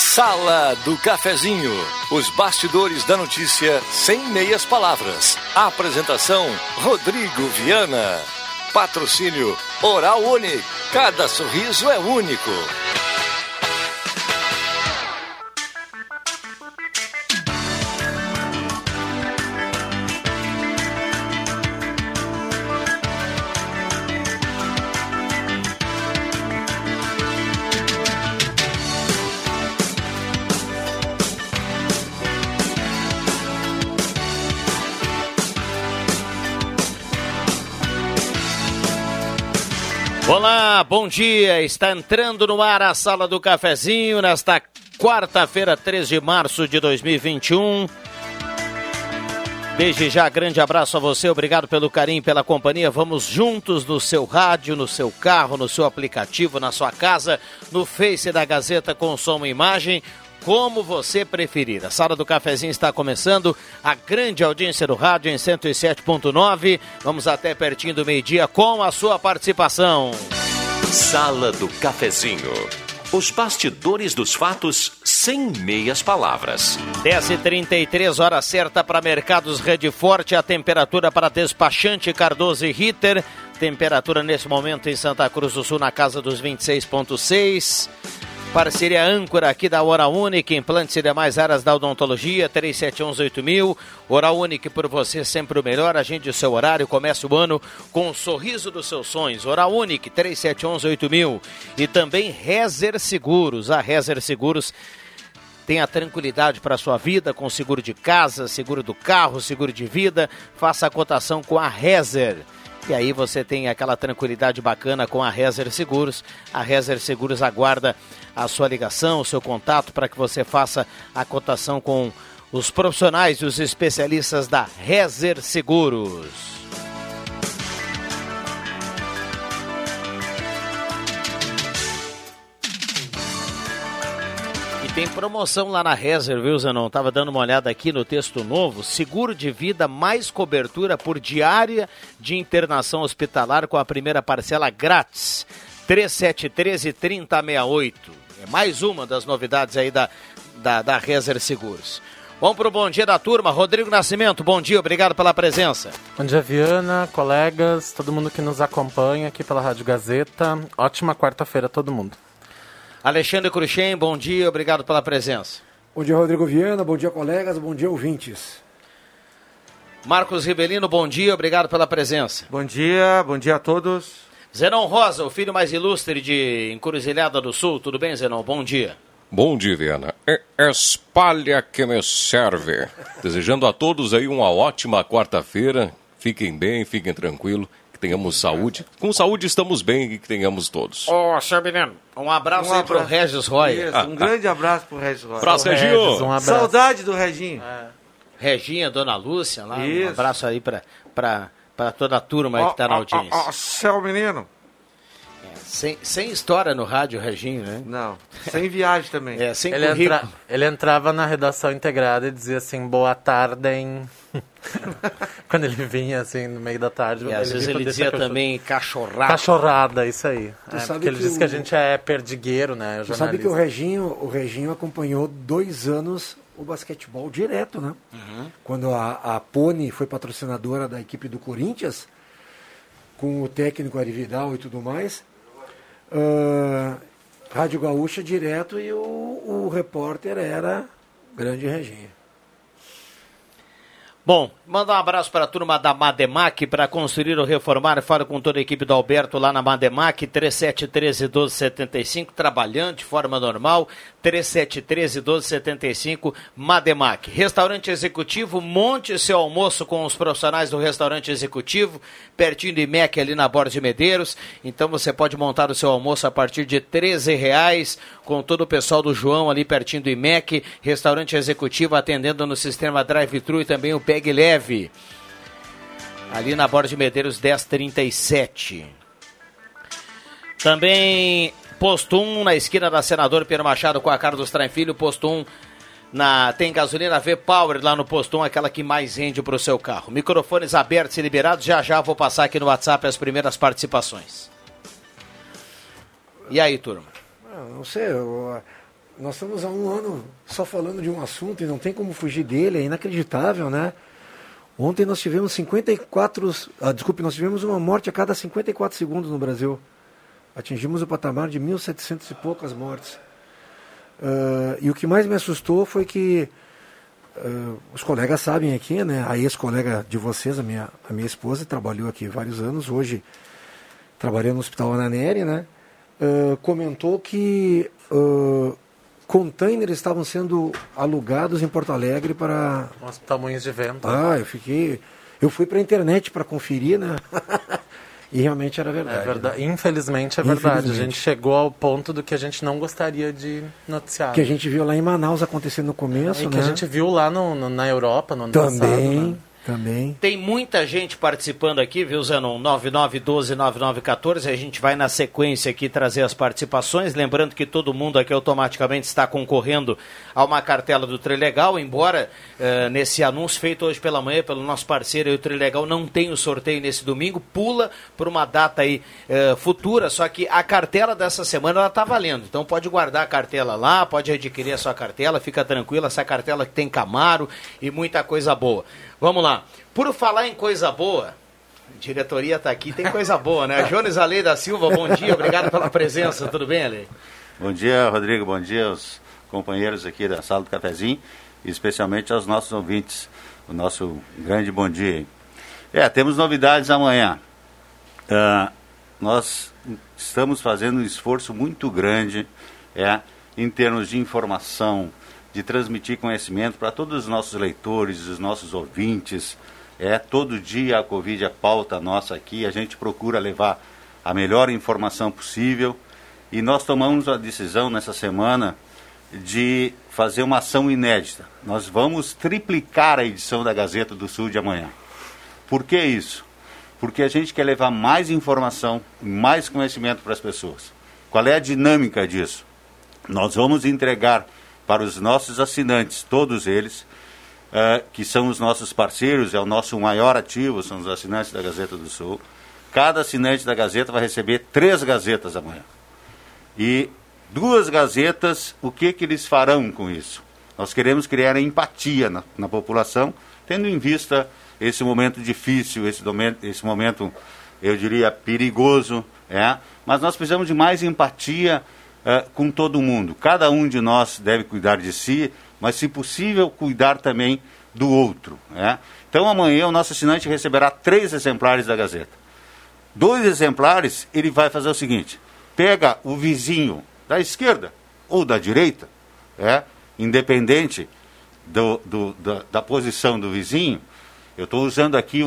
Sala do Cafezinho. Os bastidores da notícia sem meias palavras. Apresentação, Rodrigo Viana. Patrocínio Oral Unique. Cada sorriso é único. Olá, bom dia, está entrando no ar a Sala do Cafezinho nesta quarta-feira, 3 de março de 2021. Desde já, grande abraço a você, obrigado pelo carinho, pela companhia. Vamos juntos no seu rádio, no seu carro, no seu aplicativo, na sua casa, no Face da Gazeta com som e imagem, como você preferir. A Sala do Cafezinho está começando, a grande audiência do rádio em 107.9. Vamos até pertinho do meio-dia com a sua participação. Sala do Cafezinho. Os bastidores dos fatos sem meias palavras. 10h33, hora certa para Mercados Rede Forte. A temperatura para despachante Cardoso e Ritter. Temperatura nesse momento em Santa Cruz do Sul na casa dos 26,6. Parceria âncora aqui da Oral Unique, implantes e demais áreas da odontologia, 3711-8000. Oral Unique, por você sempre o melhor. Agende o seu horário, comece o ano com o sorriso dos seus sonhos. Oral Unique, 3711-8000. E também Rezer Seguros. A Rezer Seguros tem a tranquilidade para a sua vida com seguro de casa, seguro do carro, seguro de vida. Faça a cotação com a Rezer. E aí você tem aquela tranquilidade bacana com a Rezer Seguros. A Rezer Seguros aguarda a sua ligação, o seu contato para que você faça a cotação com os profissionais e os especialistas da Rezer Seguros. Tem promoção lá na Rezer, viu, Zenon? Tava dando uma olhada aqui no texto novo. Seguro de vida mais cobertura por diária de internação hospitalar com a primeira parcela grátis. 3713-3068. É mais uma das novidades aí da Rezer Seguros. Vamos pro bom dia da turma. Rodrigo Nascimento, bom dia, obrigado pela presença. Bom dia, Viana, colegas, todo mundo que nos acompanha aqui pela Rádio Gazeta. Ótima quarta-feira a todo mundo. Alexandre Cruxem, bom dia, obrigado pela presença. Bom dia, Rodrigo Viana, bom dia, colegas, bom dia, ouvintes. Marcos Ribelino, bom dia, obrigado pela presença. Bom dia a todos. Zenon Rosa, o filho mais ilustre de Encruzilhada do Sul, tudo bem, Zenon? Bom dia. Bom dia, Viana. Espalha que me serve. Desejando a todos aí uma ótima quarta-feira, fiquem bem, fiquem tranquilos. Tenhamos saúde. Com saúde estamos bem e que tenhamos todos. Seu menino, um abraço aí pro Regis Roy. Isso, um grande abraço pro Regis Roy. Abraço, Reginho. Um abraço. Saudade do Reginho. Reginha, Dona Lúcia, lá, Isso. Um abraço aí pra toda a turma aí que tá na audiência. Seu menino. Sem história no rádio, Reginho, né? Não, sem viagem também. Sem currículo. Ele entrava na redação integrada e dizia assim, boa tarde, hein? Quando ele vinha assim no meio da tarde. E às vezes ele dizia também cachorrada. Cachorrada, isso aí. Porque ele que disse que a gente é perdigueiro, né? Você sabe que o Reginho acompanhou 2 anos o basquetebol direto, né? Uhum. Quando a Pony foi patrocinadora da equipe do Corinthians, com o técnico Ari Vidal e tudo mais, Rádio Gaúcha direto e o repórter era grande Reginho. Bom, manda um abraço para a turma da Mademac para construir ou reformar. Fala com toda a equipe do Alberto lá na Mademac, 3713-1275, trabalhando de forma normal, 3713-1275, Mademac. Restaurante Executivo, monte seu almoço com os profissionais do Restaurante Executivo, pertinho do IMEC ali na Borda de Medeiros. Então você pode montar o seu almoço a partir de R$13, com todo o pessoal do João ali pertinho do IMEC. Restaurante Executivo atendendo no sistema drive-thru e também o Pegue Leve. Ali na Borda de Medeiros, 1037. Também Posto 1 na esquina da Senador Pedro Machado com a Carlos Traem Filho. Posto 1 tem gasolina V-Power lá no Posto 1, aquela que mais rende para o seu carro. Microfones abertos e liberados. Já vou passar aqui no WhatsApp as primeiras participações. E aí, turma? Não sei, nós estamos há um ano só falando de um assunto e não tem como fugir dele, é inacreditável, né? Ontem nós tivemos nós tivemos uma morte a cada 54 segundos no Brasil. Atingimos o patamar de 1.700 e poucas mortes. E o que mais me assustou foi que os colegas sabem aqui, né? A ex-colega de vocês, a minha esposa, trabalhou aqui vários anos, hoje trabalhando no Hospital Ananeri, né? Comentou que containers estavam sendo alugados em Porto Alegre para... Um hospital Moinhos de Vento. Eu fui para a internet para conferir, né? E realmente era verdade. É verdade. Né? Infelizmente é verdade. Infelizmente. A gente chegou ao ponto do que a gente não gostaria de noticiar. Que a gente viu lá em Manaus acontecendo no começo, né? Que a gente viu lá na Europa no ano passado. Né? Também. Tem muita gente participando aqui, viu, Zenon? 9912-9914. A gente vai na sequência aqui trazer as participações. Lembrando que todo mundo aqui automaticamente está concorrendo a uma cartela do Trilegal, embora nesse anúncio feito hoje pela manhã pelo nosso parceiro, o Trilegal não tem o sorteio nesse domingo, pula por uma data aí futura, só que a cartela dessa semana ela está valendo. Então pode guardar a cartela lá, pode adquirir a sua cartela, fica tranquila, essa cartela que tem Camaro e muita coisa boa. Vamos lá. Por falar em coisa boa, a diretoria está aqui, tem coisa boa, né? Jones Ale da Silva, bom dia, obrigado pela presença, tudo bem, Ale? Bom dia, Rodrigo, bom dia aos companheiros aqui da Sala do Cafezinho, e especialmente aos nossos ouvintes, o nosso grande bom dia. Temos novidades amanhã. Nós estamos fazendo um esforço muito grande em termos de informação, de transmitir conhecimento para todos os nossos leitores, os nossos ouvintes. Todo dia a Covid é pauta nossa aqui, a gente procura levar a melhor informação possível e nós tomamos a decisão nessa semana de fazer uma ação inédita. Nós vamos triplicar a edição da Gazeta do Sul de amanhã. Por que isso? Porque a gente quer levar mais informação, mais conhecimento para as pessoas. Qual é a dinâmica disso? Nós vamos entregar para os nossos assinantes, todos eles, que são os nossos parceiros, é o nosso maior ativo, são os assinantes da Gazeta do Sul. Cada assinante da Gazeta vai receber 3 gazetas amanhã. E 2 gazetas, o que eles farão com isso? Nós queremos criar empatia na população, tendo em vista esse momento difícil, esse momento, eu diria, perigoso, mas nós precisamos de mais empatia com todo mundo. Cada um de nós deve cuidar de si, mas, se possível, cuidar também do outro. Então, amanhã, o nosso assinante receberá 3 exemplares da Gazeta. 2 exemplares, ele vai fazer o seguinte: pega o vizinho da esquerda ou da direita, independente da posição do vizinho. Eu estou usando aqui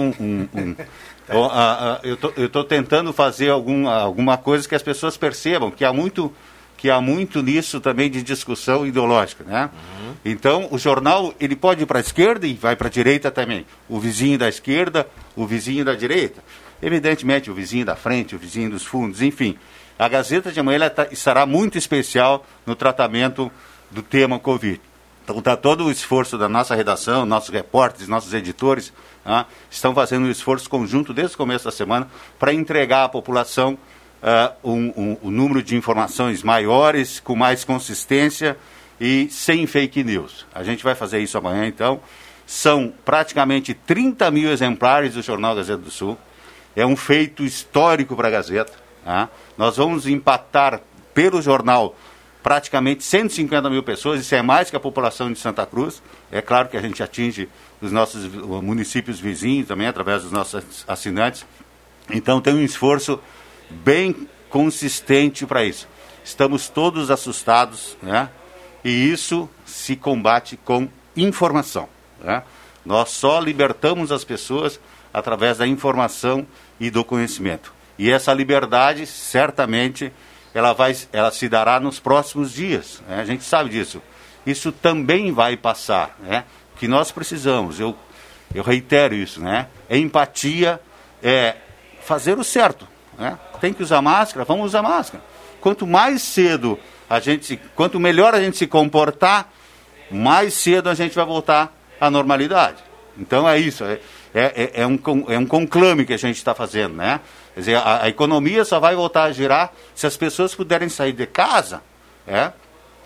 eu estou tentando fazer alguma coisa que as pessoas percebam, que há muito nisso também de discussão ideológica, né? Uhum. Então, o jornal, ele pode ir para a esquerda e vai para a direita também. O vizinho da esquerda, o vizinho da direita. Evidentemente, o vizinho da frente, o vizinho dos fundos, enfim. A Gazeta de amanhã estará muito especial no tratamento do tema Covid. Então, está todo o esforço da nossa redação, nossos repórteres, nossos editores, estão fazendo um esforço conjunto desde o começo da semana para entregar à população um número de informações maiores, com mais consistência e sem fake news. A gente vai fazer isso amanhã, então. São praticamente 30 mil exemplares do Jornal Gazeta do Sul. É um feito histórico para a Gazeta. Nós vamos empatar pelo jornal praticamente 150 mil pessoas, isso é mais que a população de Santa Cruz. É claro que a gente atinge os nossos municípios vizinhos também, através dos nossos assinantes. Então tem um esforço bem consistente para isso. Estamos todos assustados, e isso se combate com informação. Nós só libertamos as pessoas através da informação e do conhecimento. E essa liberdade, certamente, ela se dará nos próximos dias. A gente sabe disso. Isso também vai passar. O que nós precisamos, eu reitero isso, é empatia, é fazer o certo. Tem que usar máscara, vamos usar máscara. Quanto mais cedo quanto melhor a gente se comportar, mais cedo a gente vai voltar à normalidade. Então é isso, é um conclame que a gente está fazendo, Quer dizer, a economia só vai voltar a girar se as pessoas puderem sair de casa,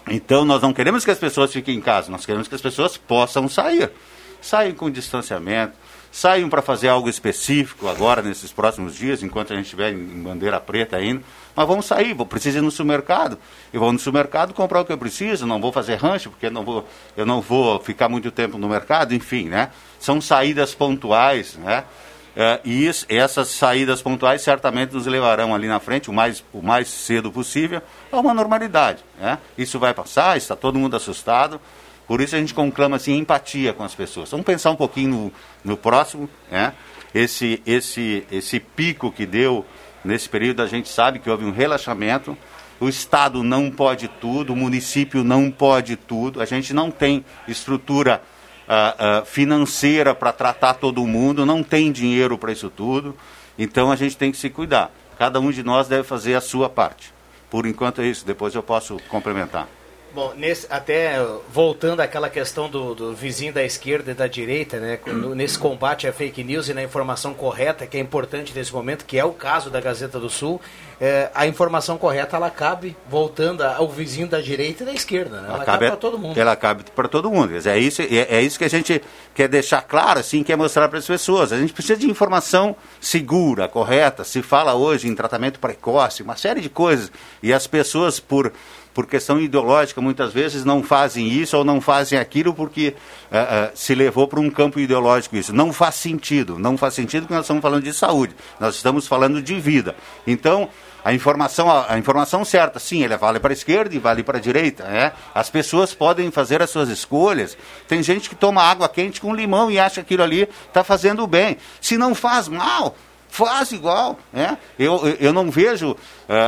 Então, nós não queremos que as pessoas fiquem em casa, nós queremos que as pessoas possam sair. Saiam com distanciamento, saiam para fazer algo específico agora, nesses próximos dias, enquanto a gente estiver em bandeira preta ainda. Mas vamos sair, preciso ir no supermercado. Eu vou no supermercado comprar o que eu preciso, não vou fazer rancho, porque eu não vou ficar muito tempo no mercado, enfim, né? São saídas pontuais, né? E essas saídas pontuais certamente nos levarão ali na frente, o mais cedo possível, a uma normalidade, né? Isso vai passar, está todo mundo assustado, por isso a gente conclama assim, empatia com as pessoas. Vamos pensar um pouquinho no próximo, né? Esse pico que deu nesse período, a gente sabe que houve um relaxamento, o Estado não pode tudo, o município não pode tudo, a gente não tem estrutura financeira para tratar todo mundo, não tem dinheiro para isso tudo, então a gente tem que se cuidar. Cada um de nós deve fazer a sua parte. Por enquanto é isso, depois eu posso complementar. Bom, até voltando àquela questão do vizinho da esquerda e da direita, né, nesse combate à fake news e na informação correta, que é importante nesse momento, que é o caso da Gazeta do Sul, a informação correta, ela cabe voltando ao vizinho da direita e da esquerda, né? Ela cabe para todo mundo. Ela cabe para todo mundo. É isso que a gente quer deixar claro, assim, quer mostrar para as pessoas. A gente precisa de informação segura, correta. Se fala hoje em tratamento precoce, uma série de coisas, e as pessoas, por questão ideológica, muitas vezes não fazem isso ou não fazem aquilo porque se levou para um campo ideológico isso. Não faz sentido porque nós estamos falando de saúde, nós estamos falando de vida. Então, a informação certa, sim, ela vale para a esquerda e vale para a direita. Né? As pessoas podem fazer as suas escolhas. Tem gente que toma água quente com limão e acha que aquilo ali está fazendo bem. Se não faz mal, faz igual, né? Eu não vejo,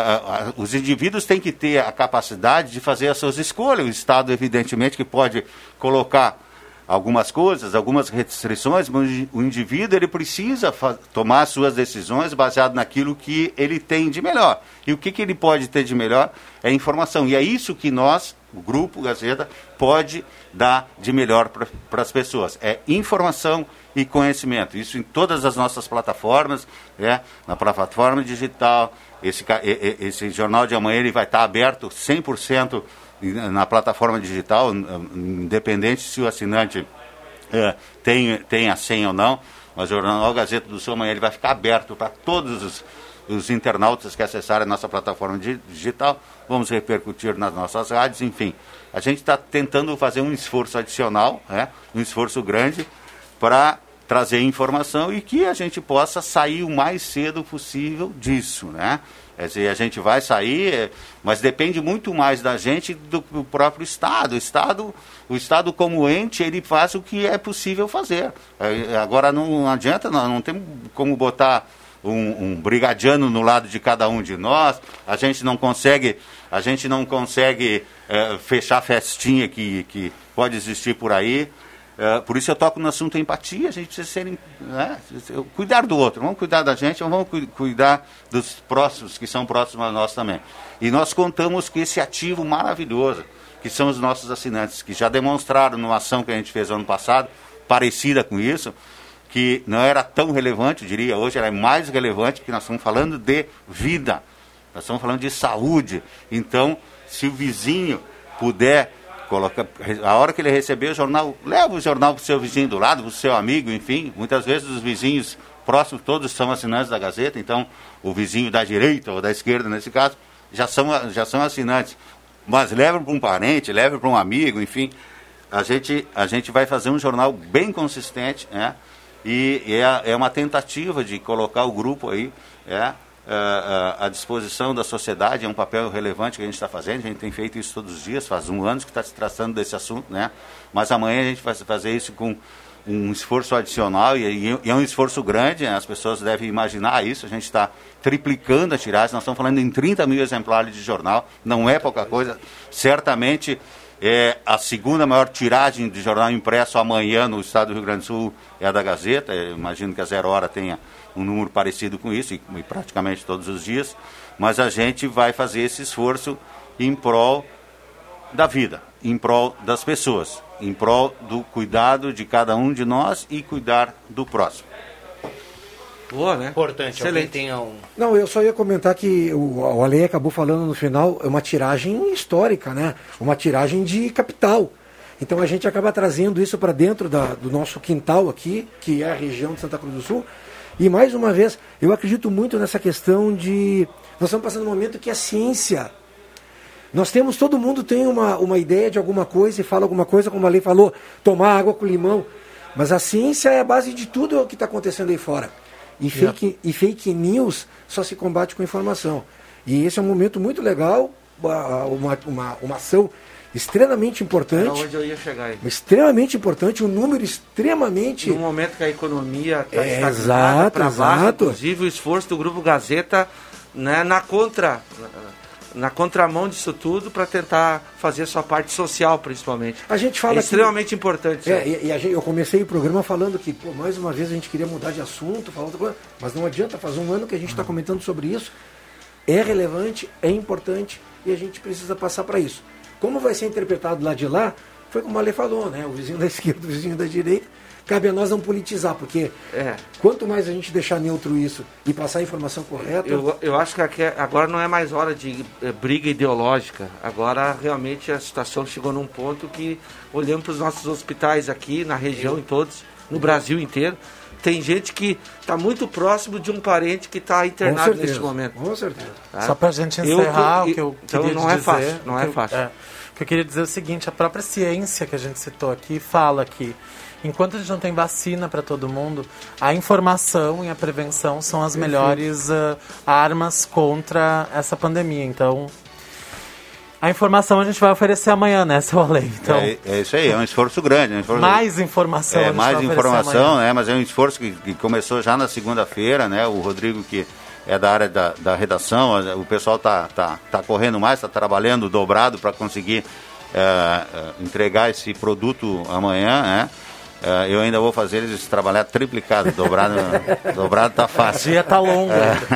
os indivíduos têm que ter a capacidade de fazer as suas escolhas. O Estado, evidentemente, que pode colocar algumas coisas, algumas restrições, mas o indivíduo ele precisa tomar suas decisões baseado naquilo que ele tem de melhor. E o que ele pode ter de melhor é informação. E é isso que nós, o Grupo Gazeta, pode dar de melhor para as pessoas. É informação e conhecimento. Isso em todas as nossas plataformas, né? Na plataforma digital. Esse Jornal de Amanhã ele vai estar aberto 100% na plataforma digital, independente se o assinante tem a senha ou não. Mas o Jornal Gazeta do Sul amanhã ele vai ficar aberto para todos os internautas que acessarem a nossa plataforma digital. Vamos repercutir nas nossas rádios, enfim. A gente está tentando fazer um esforço adicional, um esforço grande para trazer informação e que a gente possa sair o mais cedo possível disso, né? Quer dizer, a gente vai sair, mas depende muito mais da gente do próprio Estado. O Estado como ente, ele faz o que é possível fazer. Agora não adianta, não tem como botar um brigadiano no lado de cada um de nós. A gente não consegue fechar a festinha que pode existir por aí. Por isso eu toco no assunto empatia. A gente precisa cuidar do outro, vamos cuidar da gente, vamos cuidar dos próximos que são próximos a nós também. E nós contamos com esse ativo maravilhoso, que são os nossos assinantes, que já demonstraram numa ação que a gente fez ano passado, parecida com isso, que não era tão relevante, eu diria, hoje ela é mais relevante, porque nós estamos falando de vida, nós estamos falando de saúde. Então, se o vizinho puder a hora que ele receber o jornal, leva o jornal para o seu vizinho do lado, para o seu amigo, enfim. Muitas vezes os vizinhos próximos, todos são assinantes da Gazeta, então o vizinho da direita ou da esquerda, nesse caso, já são assinantes. Mas leva para um parente, leva para um amigo, enfim. A gente vai fazer um jornal bem consistente, né? E é uma tentativa de colocar o grupo aí, à disposição da sociedade. É um papel relevante que a gente está fazendo, a gente tem feito isso todos os dias, faz 1 ano que está se tratando desse assunto, né? Mas amanhã a gente vai fazer isso com um esforço adicional e é um esforço grande, né? As pessoas devem imaginar isso. A gente está triplicando a tiragem, nós estamos falando em 30 mil exemplares de jornal, não é pouca coisa. Certamente é a segunda maior tiragem de jornal impresso amanhã no estado do Rio Grande do Sul é a da Gazeta. Eu imagino que a 0 Hora tenha um número parecido com isso, e praticamente todos os dias, mas a gente vai fazer esse esforço em prol da vida, em prol das pessoas, em prol do cuidado de cada um de nós e cuidar do próximo. Boa, né? Importante. Excelente. Tenha um... Não, eu só ia comentar que o Ale acabou falando no final, é uma tiragem histórica, né? Uma tiragem de capital. Então a gente acaba trazendo isso para dentro do nosso quintal aqui, que é a região de Santa Cruz do Sul. E mais uma vez, eu acredito muito nessa questão de... Nós estamos passando um momento que a ciência... Todo mundo tem uma ideia de alguma coisa e fala alguma coisa, como a Lei falou, tomar água com limão. Mas a ciência é a base de tudo o que está acontecendo aí fora. E fake news só se combate com informação. E esse é um momento muito legal, uma ação extremamente importante. Onde eu ia chegar aí. Extremamente importante, um número extremamente... No momento que a economia está estagnada para baixo, inclusive o esforço do Grupo Gazeta, né, na contramão disso tudo, para tentar fazer sua parte social, principalmente. A gente fala extremamente importante. Eu comecei o programa falando que, mais uma vez, a gente queria mudar de assunto, falar outra coisa, mas não adianta, faz um ano que a gente está comentando sobre isso. É relevante, é importante e a gente precisa passar para isso. Como vai ser interpretado lá de lá, foi como a Lê falou, né? O vizinho da esquerda, o vizinho da direita. Cabe a nós não politizar, porque quanto mais a gente deixar neutro isso e passar a informação correta... Eu acho que agora não é mais hora de briga ideológica. Agora, realmente, a situação chegou num ponto que, olhando para os nossos hospitais aqui, na região, em todos, no Brasil inteiro, tem gente que está muito próximo de um parente que está internado neste momento. Com certeza. Tá? Só para a gente encerrar, o que eu queria não dizer... É fácil, não é fácil. O que eu queria dizer é o seguinte, a própria ciência que a gente citou aqui fala que enquanto a gente não tem vacina para todo mundo, a informação e a prevenção são as melhores armas contra essa pandemia. Então, a informação a gente vai oferecer amanhã, né, seu Ale? Então, é isso aí, é um esforço grande. Mais informação. Mais informação, né, mas é um esforço que começou já na segunda-feira, né? O Rodrigo, que é da área da redação, o pessoal tá correndo mais, está trabalhando dobrado para conseguir entregar esse produto amanhã, né? Eu ainda vou fazer eles trabalhar triplicado, dobrado tá fácil. O dia tá longo.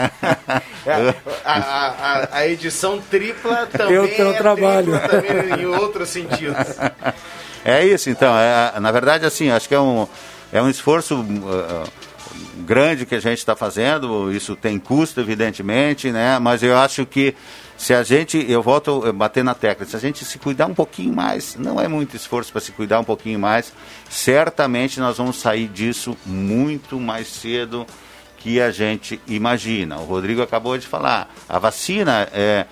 A edição tripla também eu trabalho. Também em outros sentidos. É isso, então. Na verdade, assim, acho que é um esforço grande que a gente está fazendo. Isso tem custo, evidentemente, né? Mas eu acho que se a gente, eu volto a bater na tecla, se a gente se cuidar um pouquinho mais, não é muito esforço para se cuidar um pouquinho mais, certamente nós vamos sair disso muito mais cedo que a gente imagina. O Rodrigo acabou de falar, a vacina é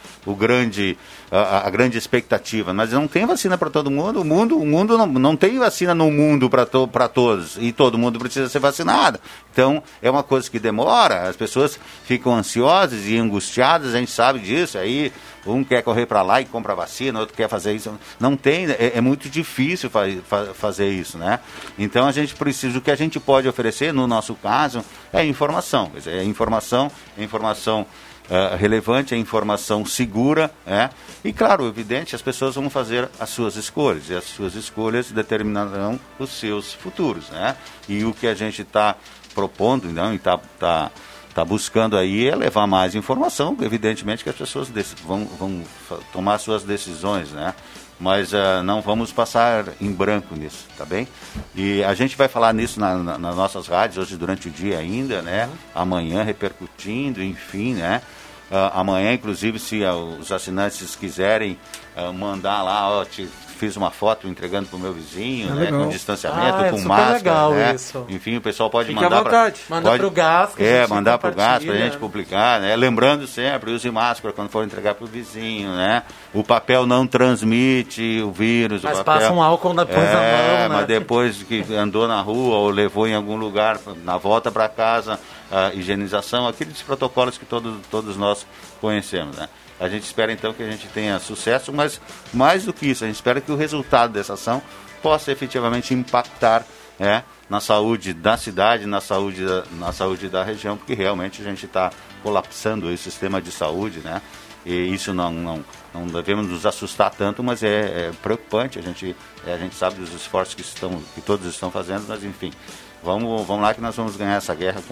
a grande expectativa, mas não tem vacina para todo mundo. O mundo não tem vacina no mundo para todos, e todo mundo precisa ser vacinado. Então, é uma coisa que demora, as pessoas ficam ansiosas e angustiadas, a gente sabe disso, aí um quer correr para lá e compra vacina, outro quer fazer isso. Não tem, é muito difícil fazer isso, né? Então, a gente precisa, o que a gente pode oferecer, no nosso caso, é informação. Quer dizer, é informação relevante, a informação segura, e claro, evidente, as pessoas vão fazer as suas escolhas, e as suas escolhas determinarão os seus futuros, né? E o que a gente está propondo, então, e está buscando aí é levar mais informação, evidentemente que as pessoas vão tomar suas decisões, né? Mas não vamos passar em branco nisso, tá bem? E a gente vai falar nisso nas nossas rádios hoje durante o dia ainda, né? Amanhã repercutindo, enfim, né? Amanhã, inclusive, se os assinantes quiserem mandar lá, fiz uma foto entregando para o meu vizinho, né, com distanciamento, com máscara, legal, né? Isso. Enfim, o pessoal pode Fique mandar para o Gás, mandar para o Gás para a gente publicar, né? Lembrando sempre, use máscara quando for entregar para o vizinho, né? O papel não transmite o vírus, mas o papel passa um álcool depois na mão, né? Mas depois que andou na rua ou levou em algum lugar, na volta para casa, a higienização, aqueles protocolos que todos nós conhecemos, né? A gente espera então que a gente tenha sucesso, mas mais do que isso, a gente espera que o resultado dessa ação possa efetivamente impactar, na saúde da cidade, na saúde da região, porque realmente a gente está colapsando o sistema de saúde, né? E isso não devemos nos assustar tanto, mas é preocupante. A gente sabe dos esforços que todos estão fazendo, mas enfim, vamos lá que nós vamos ganhar essa guerra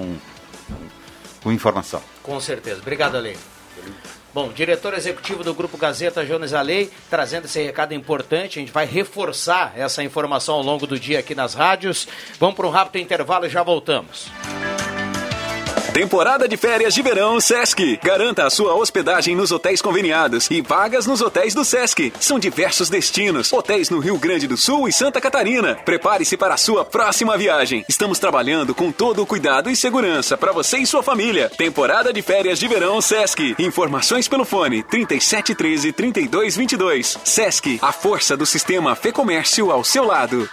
com informação. Com certeza. Obrigado, Ale. Bom, diretor executivo do Grupo Gazeta, Jones Alei, trazendo esse recado importante. A gente vai reforçar essa informação ao longo do dia aqui nas rádios. Vamos para um rápido intervalo e já voltamos. Temporada de férias de verão Sesc. Garanta a sua hospedagem nos hotéis conveniados e vagas nos hotéis do Sesc. São diversos destinos, hotéis no Rio Grande do Sul e Santa Catarina. Prepare-se para a sua próxima viagem. Estamos trabalhando com todo o cuidado e segurança para você e sua família. Temporada de férias de verão Sesc. Informações pelo fone 3713-3222. Sesc, a força do sistema Fê Comércio ao seu lado.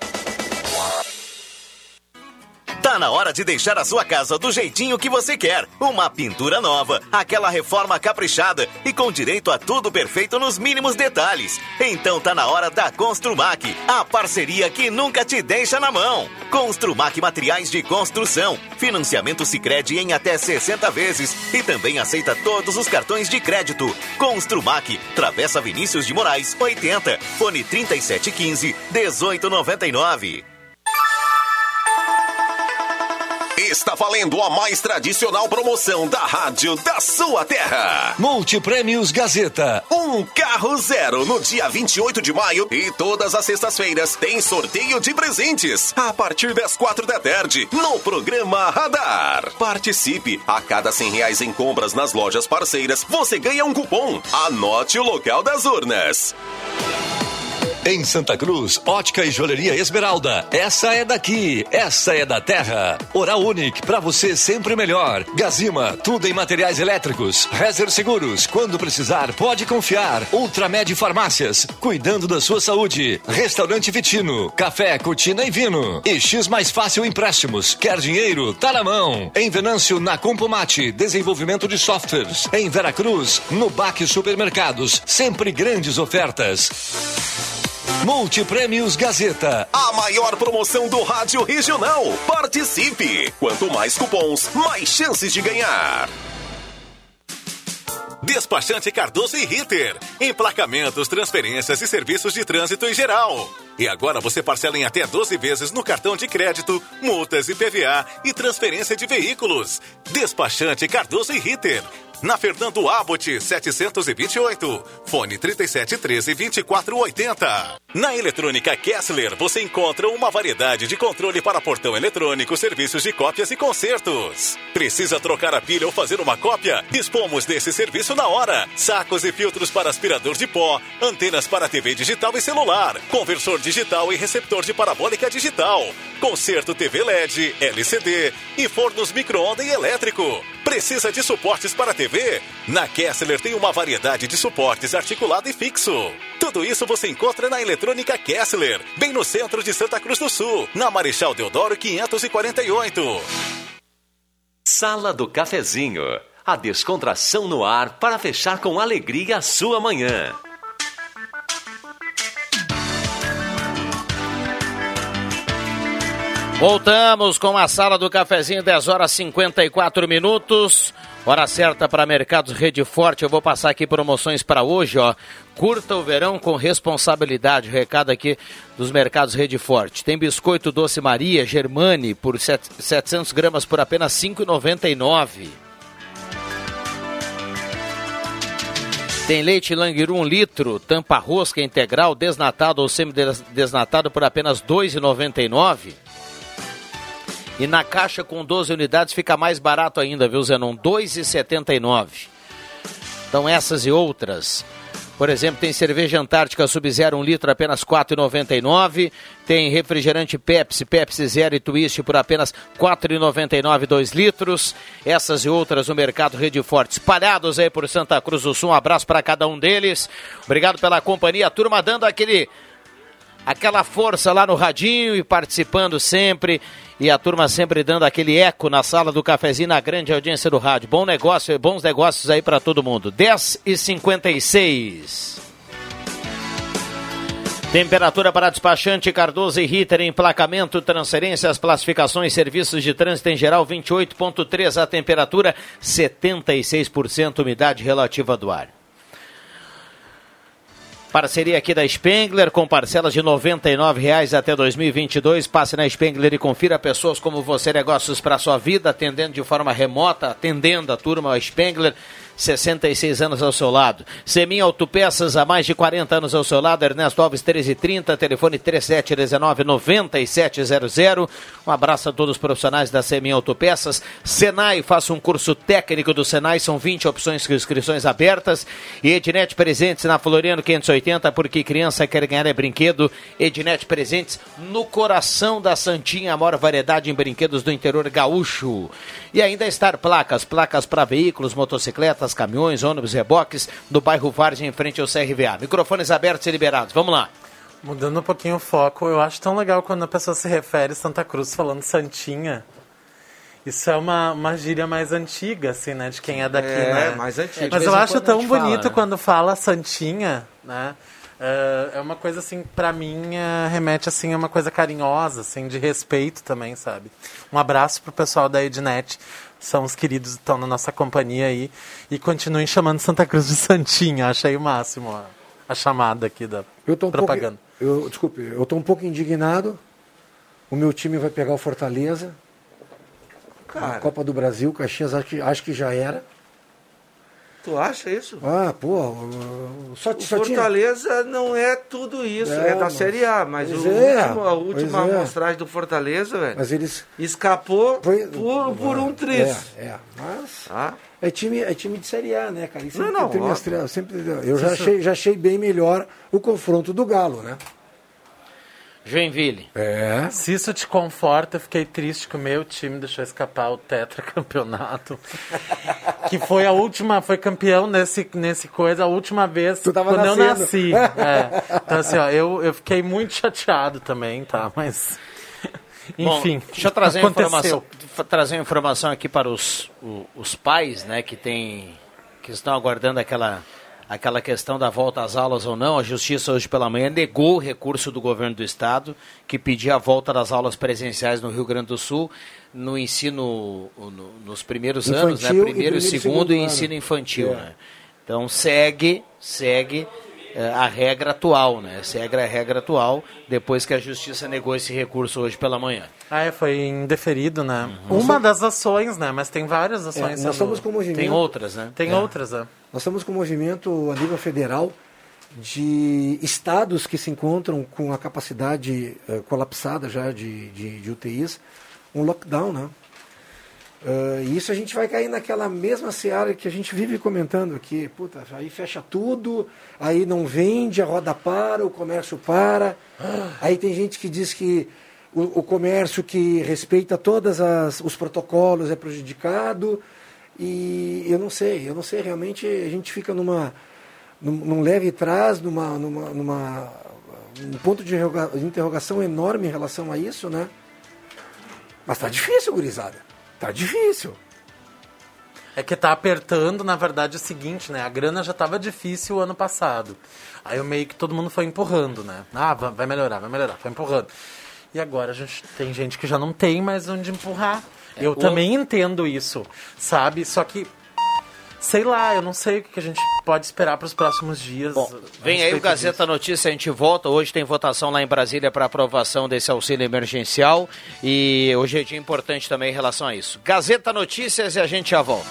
Tá na hora de deixar a sua casa do jeitinho que você quer. Uma pintura nova, aquela reforma caprichada e com direito a tudo perfeito nos mínimos detalhes. Então tá na hora da Construmac, a parceria que nunca te deixa na mão. Construmac Materiais de Construção, financiamento Sicredi em até 60 vezes e também aceita todos os cartões de crédito. Construmac, Travessa Vinícius de Moraes, 80, fone 3715-1899. Está valendo a mais tradicional promoção da rádio da sua terra. Multiprêmios Gazeta. Um carro zero no dia 28 de maio e todas as sextas-feiras tem sorteio de presentes a partir das 4 da tarde no programa Radar. Participe. A cada R$100 em compras nas lojas parceiras, você ganha um cupom. Anote o local das urnas. Em Santa Cruz, ótica e joalheria Esmeralda. Essa é daqui, essa é da terra. Oral Unique, pra você sempre melhor. Gazima, tudo em materiais elétricos. Rezer Seguros, quando precisar, pode confiar. Ultramed Farmácias, cuidando da sua saúde. Restaurante Vitino, café, cortina e vinho. E X Mais Fácil Empréstimos. Quer dinheiro? Tá na mão. Em Venâncio, na Compomate, desenvolvimento de softwares. Em Veracruz, no Baque Supermercados, sempre grandes ofertas. Multiprêmios Gazeta. A maior promoção do rádio regional. Participe! Quanto mais cupons, mais chances de ganhar. Despachante Cardoso e Ritter. Emplacamentos, transferências e serviços de trânsito em geral. E agora você parcela em até 12 vezes no cartão de crédito, multas, IPVA e transferência de veículos. Despachante Cardoso e Ritter. Na Fernando Abbott, 728. Fone 3713-2480. Na Eletrônica Kessler, você encontra uma variedade de controle para portão eletrônico, serviços de cópias e consertos. Precisa trocar a pilha ou fazer uma cópia? Dispomos desse serviço na hora. Sacos e filtros para aspirador de pó, antenas para TV digital e celular, conversor digital e receptor de parabólica digital, conserto TV LED, LCD e fornos micro-ondas e elétrico. Precisa de suportes para TV? Na Kessler tem uma variedade de suportes articulado e fixo. Tudo isso você encontra na Eletrônica Kessler, bem no centro de Santa Cruz do Sul, na Marechal Deodoro 548. Sala do Cafezinho. A descontração no ar para fechar com alegria a sua manhã. Voltamos com a Sala do Cafezinho, 10 horas 54 minutos. Hora certa para Mercados Rede Forte. Eu vou passar aqui promoções para hoje, ó. Curta o verão com responsabilidade. Recado aqui dos Mercados Rede Forte. Tem biscoito Doce Maria Germani por 700 gramas por apenas R$ 5,99. Tem leite Languiru 1 litro, tampa rosca integral, desnatado ou semi-desnatado por apenas R$ 2,99. E na caixa com 12 unidades fica mais barato ainda, viu, Zenon? R$ 2,79. Então essas e outras. Por exemplo, tem cerveja Antártica Sub-Zero 1 litro, apenas R$ 4,99. Tem refrigerante Pepsi Zero e Twist por apenas R$ 4,99, 2 litros. Essas e outras no Mercado Rede Forte, espalhados aí por Santa Cruz do Sul. Um abraço para cada um deles. Obrigado pela companhia. A turma dando aquela força lá no radinho e participando sempre. E a turma sempre dando aquele eco na Sala do Cafezinho, na grande audiência do rádio. Bons negócios aí para todo mundo. 10h56. Temperatura para despachante Cardoso e Ritter, emplacamento, transferências, classificações, serviços de trânsito em geral, 28,3 a temperatura, 76% umidade relativa do ar. Parceria aqui da Spengler, com parcelas de R$ 99,00 até 2022. Passe na Spengler e confira pessoas como você, negócios para a sua vida, atendendo de forma remota, atendendo a turma, a Spengler. 66 anos ao seu lado. Semin Autopeças, há mais de 40 anos ao seu lado. Ernesto Alves, 1330, telefone 3719-9700. Um abraço a todos os profissionais da Semin Autopeças. Senai, faça um curso técnico do Senai, são 20 opções de inscrições abertas. E Ednet Presentes na Floriano 580, porque criança quer ganhar é brinquedo. Ednet Presentes no coração da Santinha, a maior variedade em brinquedos do interior gaúcho. E ainda Star Placas para veículos, motocicletas, caminhões, ônibus, reboques, do bairro Vargem, em frente ao CRVA. Microfones abertos e liberados. Vamos lá. Mudando um pouquinho o foco, eu acho tão legal quando a pessoa se refere a Santa Cruz falando Santinha. Isso é uma gíria mais antiga, assim, né? De quem é daqui, né? É, mais antiga. Mas eu acho tão bonito quando fala Santinha, né? É uma coisa, assim, pra mim, remete, assim, a uma coisa carinhosa, assim, de respeito também, sabe? Um abraço pro pessoal da Ednet. São os queridos que estão na nossa companhia aí. E continuem chamando Santa Cruz de Santinha. Achei o máximo a chamada aqui da propaganda. Desculpe, eu tô um pouco indignado. O meu time vai pegar o Fortaleza. Na Copa do Brasil, Caxias, acho que já era. Tu acha isso? Só Fortaleza não é tudo isso, é da Série A, mas a última amostragem do Fortaleza, velho, mas eles escapou por um triz. Mas é time de Série A, né, cara? Eu já achei bem melhor o confronto do Galo, né? Joinville. Se isso te conforta, eu fiquei triste que o meu time deixou escapar o tetracampeonato. Que foi foi campeão nesse coisa, a última vez quando eu nasci. Então assim, eu fiquei muito chateado também, tá? Mas, enfim. Bom, deixa eu trazer uma informação aqui para os pais, né, que estão aguardando aquela questão da volta às aulas ou não. A Justiça hoje pela manhã negou o recurso do governo do estado que pedia a volta das aulas presenciais no Rio Grande do Sul no ensino, nos primeiros anos, né? Primeiro e segundo e ensino infantil. Né? Então segue a regra atual, né? Segue a regra atual depois que a Justiça negou esse recurso hoje pela manhã. Foi indeferido, né? Uma das ações, né? Mas tem várias ações. Nós estamos com movimento. Tem outras, né? Tem outras, Nós estamos com um movimento a nível federal de estados que se encontram com a capacidade colapsada já de UTIs, um lockdown, né? E isso a gente vai cair naquela mesma seara que a gente vive comentando aqui. Aí fecha tudo, aí não vende, a roda para, o comércio para. Aí tem gente que diz que o comércio que respeita todos os protocolos é prejudicado. E eu não sei realmente a gente fica num leve trás, num ponto de interrogação enorme em relação a isso, né? Mas tá difícil, gurizada. Tá difícil. É que tá apertando, na verdade, é o seguinte, né? A grana já tava difícil o ano passado. Aí meio que todo mundo foi empurrando, né? Vai melhorar, foi empurrando. E agora tem gente que já não tem mais onde empurrar. Eu também entendo isso, sabe? Só que, sei lá, eu não sei o que a gente pode esperar para os próximos dias. Bom, vem aí o Gazeta Notícia, a gente volta. Hoje tem votação lá em Brasília para aprovação desse auxílio emergencial. E hoje é dia importante também em relação a isso. Gazeta Notícias e a gente já volta.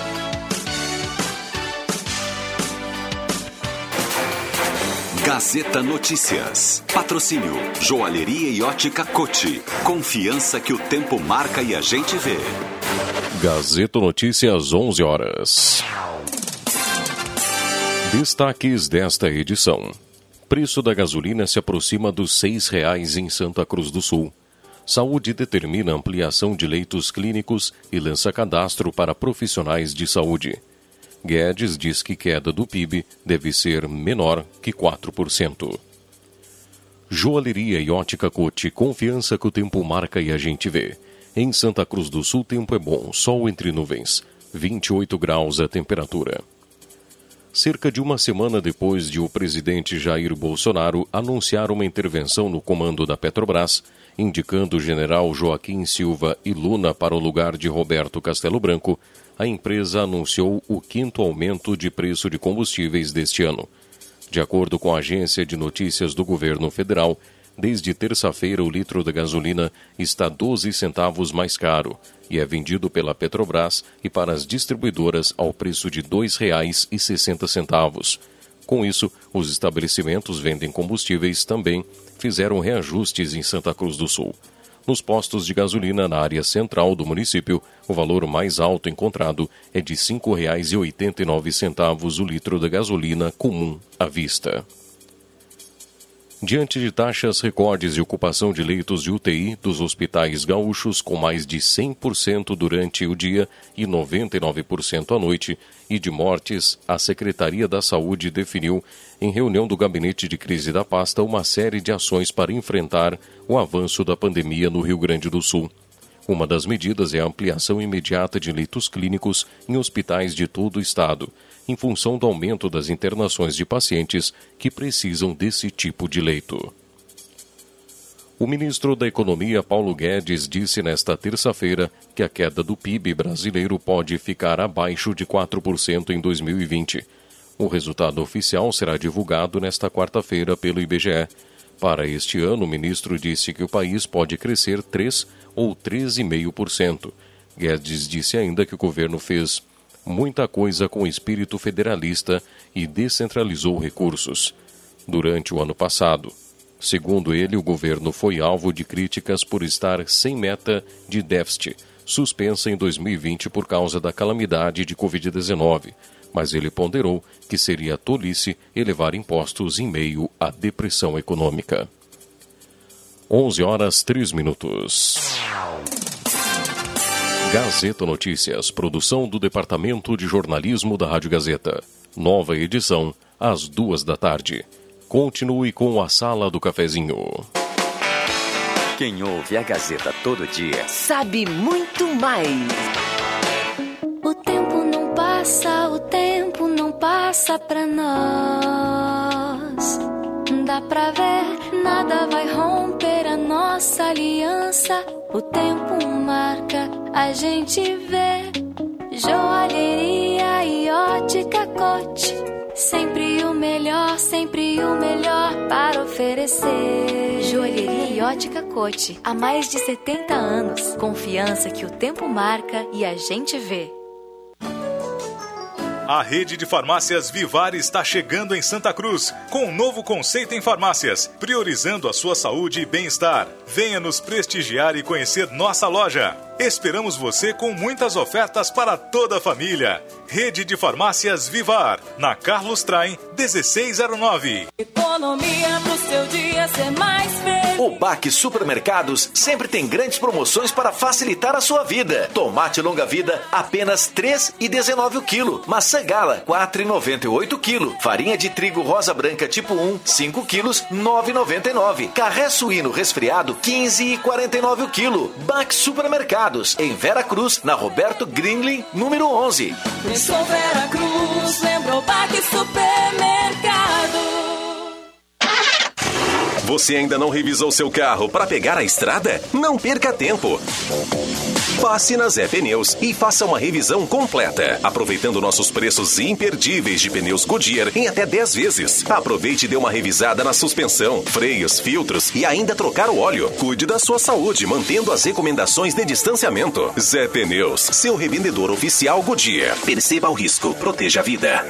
Gazeta Notícias. Patrocínio Joalheria e Ótica Cote. Confiança que o tempo marca e a gente vê. Gazeta Notícias, 11 horas. Destaques desta edição. Preço da gasolina se aproxima dos R$ 6,00 em Santa Cruz do Sul. Saúde determina ampliação de leitos clínicos e lança cadastro para profissionais de saúde. Guedes diz que queda do PIB deve ser menor que 4%. Joalheria e Ótica Cote, confiança que o tempo marca e a gente vê. Em Santa Cruz do Sul, tempo é bom, sol entre nuvens, 28 graus a temperatura. Cerca de uma semana depois de o presidente Jair Bolsonaro anunciar uma intervenção no comando da Petrobras, indicando o general Joaquim Silva e Luna para o lugar de Roberto Castelo Branco, a empresa anunciou o 5º aumento de preço de combustíveis deste ano. De acordo com a agência de notícias do governo federal, Desde terça-feira, o litro da gasolina está 12 centavos mais caro e é vendido pela Petrobras e para as distribuidoras ao preço de R$ 2,60. Com isso, os estabelecimentos vendem combustíveis também fizeram reajustes em Santa Cruz do Sul. Nos postos de gasolina na área central do município, o valor mais alto encontrado é de R$ 5,89 o litro da gasolina comum à vista. Diante de taxas recordes de ocupação de leitos de UTI dos hospitais gaúchos com mais de 100% durante o dia e 99% à noite, e de mortes, a Secretaria da Saúde definiu, em reunião do Gabinete de Crise da Pasta, uma série de ações para enfrentar o avanço da pandemia no Rio Grande do Sul. Uma das medidas é a ampliação imediata de leitos clínicos em hospitais de todo o estado, em função do aumento das internações de pacientes que precisam desse tipo de leito. O ministro da Economia, Paulo Guedes, disse nesta terça-feira que a queda do PIB brasileiro pode ficar abaixo de 4% em 2020. O resultado oficial será divulgado nesta quarta-feira pelo IBGE. Para este ano, o ministro disse que o país pode crescer 3% ou 13,5%. Guedes disse ainda que o governo fez muita coisa com espírito federalista e descentralizou recursos. Durante o ano passado, segundo ele, o governo foi alvo de críticas por estar sem meta de déficit, suspensa em 2020 por causa da calamidade de Covid-19, mas ele ponderou que seria tolice elevar impostos em meio à depressão econômica. 11h03. Gazeta Notícias, produção do Departamento de Jornalismo da Rádio Gazeta. Nova edição, às 14h. Continue com a Sala do Cafezinho. Quem ouve a Gazeta todo dia sabe muito mais. O tempo não passa pra nós. Dá pra ver, nada vai romper a nossa aliança. O tempo marca, a gente vê. Joalheria e ótica Cote. Sempre o melhor para oferecer. Joalheria e ótica Cote. Há mais de 70 anos. Confiança que o tempo marca e a gente vê. A rede de farmácias Vivar está chegando em Santa Cruz, com um novo conceito em farmácias, priorizando a sua saúde e bem-estar. Venha nos prestigiar e conhecer nossa loja. Esperamos você com muitas ofertas para toda a família. Rede de farmácias Vivar, na Carlos Traem, 1609. Economia pro seu dia ser mais feliz. O Baque Supermercados sempre tem grandes promoções para facilitar a sua vida. Tomate longa-vida, apenas R$ 3,19 o quilo. Maçã Gala, R$ 4,98 o quilo. Farinha de trigo rosa branca tipo 1, 5 quilos, R$ 9,99. Carré suíno resfriado, R$ 15,49 o quilo. Baque Supermercados, em Vera Cruz, na Roberto Gringlin, número 11. Pensou Vera Cruz, lembrou Baque Supermercado. Você ainda não revisou seu carro para pegar a estrada? Não perca tempo. Passe na Zé Pneus e faça uma revisão completa, aproveitando nossos preços imperdíveis de pneus Goodyear em até 10 vezes. Aproveite e dê uma revisada na suspensão, freios, filtros e ainda trocar o óleo. Cuide da sua saúde, mantendo as recomendações de distanciamento. Zé Pneus, seu revendedor oficial Goodyear. Perceba o risco, proteja a vida.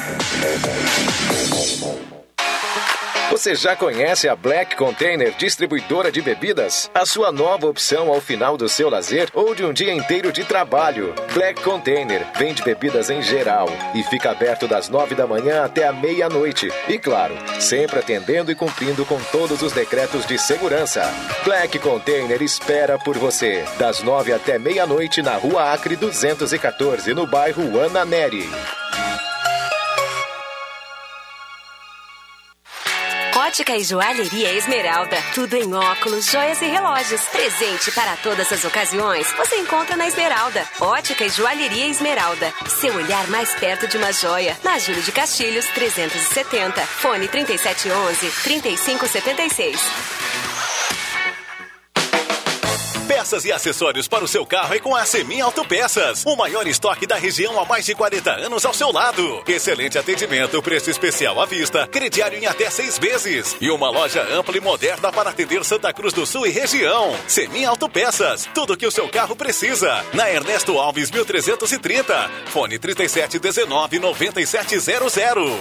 Você já conhece a Black Container Distribuidora de Bebidas? A sua nova opção ao final do seu lazer ou de um dia inteiro de trabalho. Black Container vende bebidas em geral e fica aberto das 9 da manhã até a meia-noite. E claro, sempre atendendo e cumprindo com todos os decretos de segurança. Black Container espera por você, das 9 até meia-noite na Rua Acre 214, no bairro Ana Neri. Ótica e Joalheria Esmeralda. Tudo em óculos, joias e relógios. Presente para todas as ocasiões. Você encontra na Esmeralda. Ótica e Joalheria Esmeralda. Seu olhar mais perto de uma joia. Na Júlio de Castilhos, 370. Fone 3711-3576. Peças e acessórios para o seu carro é com a Semin Autopeças. O maior estoque da região há mais de 40 anos ao seu lado. Excelente atendimento, preço especial à vista, crediário em até 6 vezes. E uma loja ampla e moderna para atender Santa Cruz do Sul e região. Semin Autopeças, tudo que o seu carro precisa. Na Ernesto Alves 1330. Fone 3719-9700.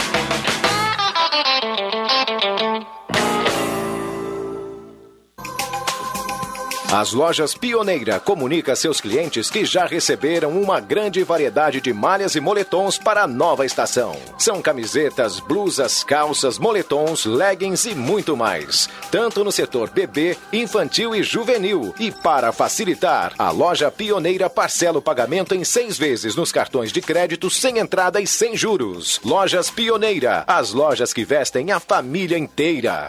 As lojas Pioneira comunica a seus clientes que já receberam uma grande variedade de malhas e moletons para a nova estação. São camisetas, blusas, calças, moletons, leggings e muito mais. Tanto no setor bebê, infantil e juvenil. E para facilitar, a loja Pioneira parcela o pagamento em 6 vezes nos cartões de crédito sem entrada e sem juros. Lojas Pioneira, as lojas que vestem a família inteira.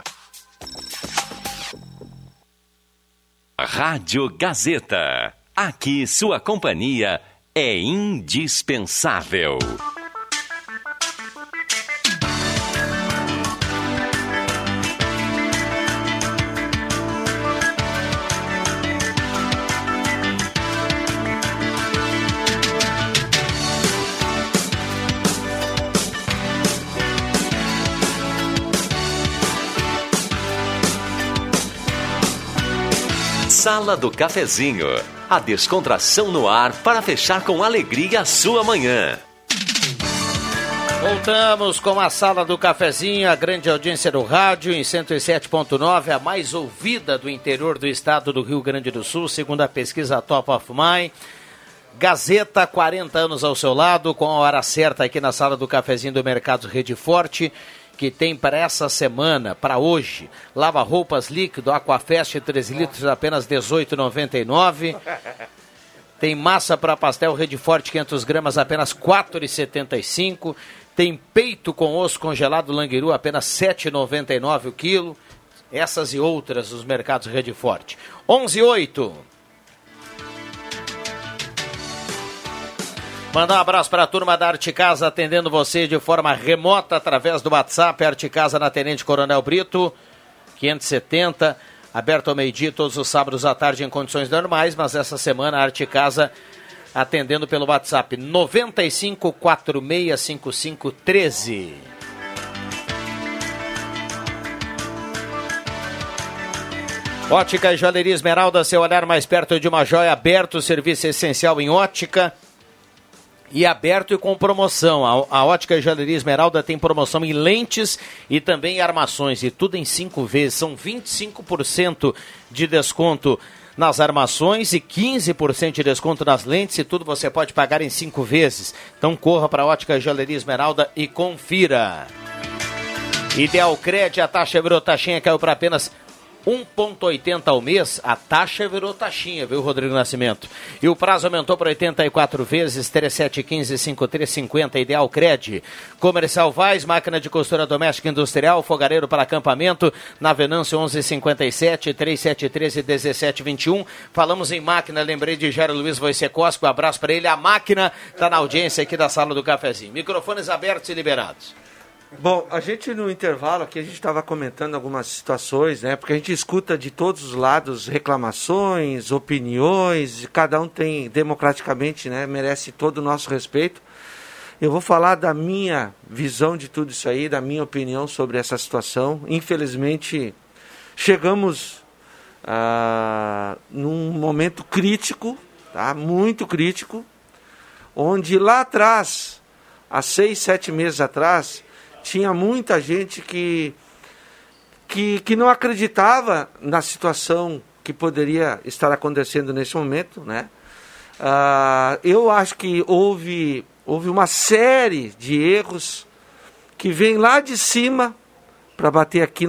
Rádio Gazeta. Aqui sua companhia é indispensável. Sala do Cafezinho, a descontração no ar para fechar com alegria a sua manhã. Voltamos com a Sala do Cafezinho, a grande audiência do rádio em 107.9, a mais ouvida do interior do estado do Rio Grande do Sul, segundo a pesquisa Top of Mind. Gazeta, 40 anos ao seu lado, com a hora certa aqui na Sala do Cafezinho do Mercado Rede Forte, que tem para essa semana, para hoje, lava-roupas líquido, Aquafest 13 litros, apenas R$ 18,99. Tem massa para pastel Rede Forte, 500 gramas, apenas R$ 4,75. Tem peito com osso congelado Languiru, apenas R$ 7,99 o quilo. Essas e outras nos mercados Rede Forte. 11,8. Mandar um abraço para a turma da Arte Casa, atendendo você de forma remota através do WhatsApp. Arte Casa na Tenente Coronel Brito, 570, aberto ao meio-dia todos os sábados à tarde em condições normais, mas essa semana a Arte Casa atendendo pelo WhatsApp 95465513. Ótica e Joalheria Esmeralda, seu olhar mais perto de uma joia, aberto, serviço essencial em ótica. E aberto e com promoção. A Ótica e Joalheria Esmeralda tem promoção em lentes e também em armações. E tudo em 5 vezes. São 25% de desconto nas armações e 15% de desconto nas lentes. E tudo você pode pagar em 5 vezes. Então corra para a Ótica e Joalheria Esmeralda e confira. Ideal Cred, a taxa virou taxinha, caiu para apenas 1,80 ao mês, a taxa virou taxinha, viu, Rodrigo Nascimento? E o prazo aumentou para 84 vezes, 3715-5350, Ideal Cred. Comercial Vaz, máquina de costura doméstica industrial, fogareiro para acampamento, na Venâncio 1157, 3713-1721. Falamos em máquina, lembrei de Jairo Luiz Wojciechowski, um abraço para ele. A máquina está na audiência aqui da Sala do Cafezinho. Microfones abertos e liberados. Bom, a gente no intervalo aqui, a gente estava comentando algumas situações, né? Porque a gente escuta de todos os lados reclamações, opiniões, e cada um tem, democraticamente, né? Merece todo o nosso respeito. Eu vou falar da minha visão de tudo isso aí, da minha opinião sobre essa situação. Infelizmente, chegamos num momento crítico, tá? Muito crítico, onde lá atrás, há 6, 7 meses atrás, tinha muita gente que não acreditava na situação que poderia estar acontecendo nesse momento, né? Eu acho que houve uma série de erros que vêm lá de cima para bater aqui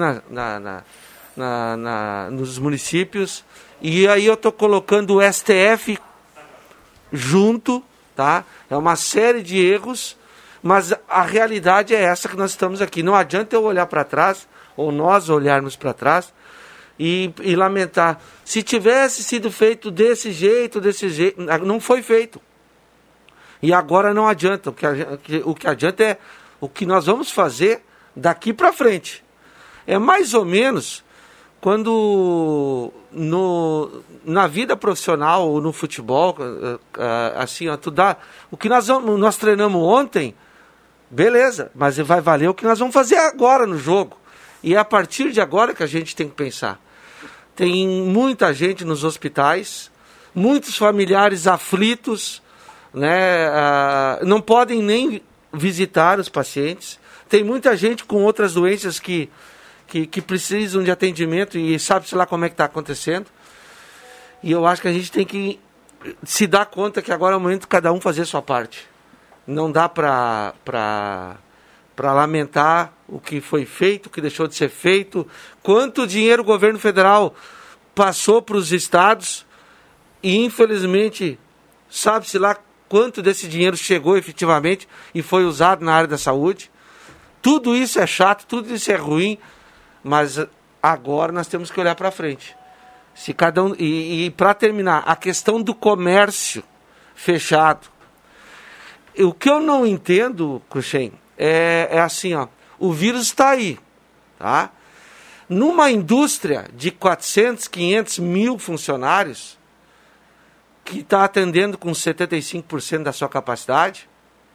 nos municípios, e aí eu estou colocando o STF junto, tá? É uma série de erros. Mas a realidade é essa que nós estamos aqui. Não adianta eu olhar para trás, ou nós olharmos para trás, e lamentar. Se tivesse sido feito desse jeito, não foi feito. E agora não adianta. O que adianta é o que nós vamos fazer daqui para frente. É mais ou menos quando na vida profissional ou no futebol, assim, ó, o que nós treinamos ontem, beleza, mas vai valer o que nós vamos fazer agora no jogo. E é a partir de agora que a gente tem que pensar. Tem muita gente nos hospitais, muitos familiares aflitos, né, não podem nem visitar os pacientes. Tem muita gente com outras doenças que precisam de atendimento e sabe-se lá como é que está acontecendo. E eu acho que a gente tem que se dar conta que agora é o momento de cada um fazer a sua parte. Não dá para lamentar o que foi feito, o que deixou de ser feito, quanto dinheiro o governo federal passou para os estados e, infelizmente, sabe-se lá quanto desse dinheiro chegou efetivamente e foi usado na área da saúde. Tudo isso é chato, tudo isso é ruim, mas agora nós temos que olhar para frente. Se cada um, e para terminar, a questão do comércio fechado. O que eu não entendo, Cruxem, é assim, ó, o vírus está aí, tá? Numa indústria de 400, 500 mil funcionários, que está atendendo com 75% da sua capacidade,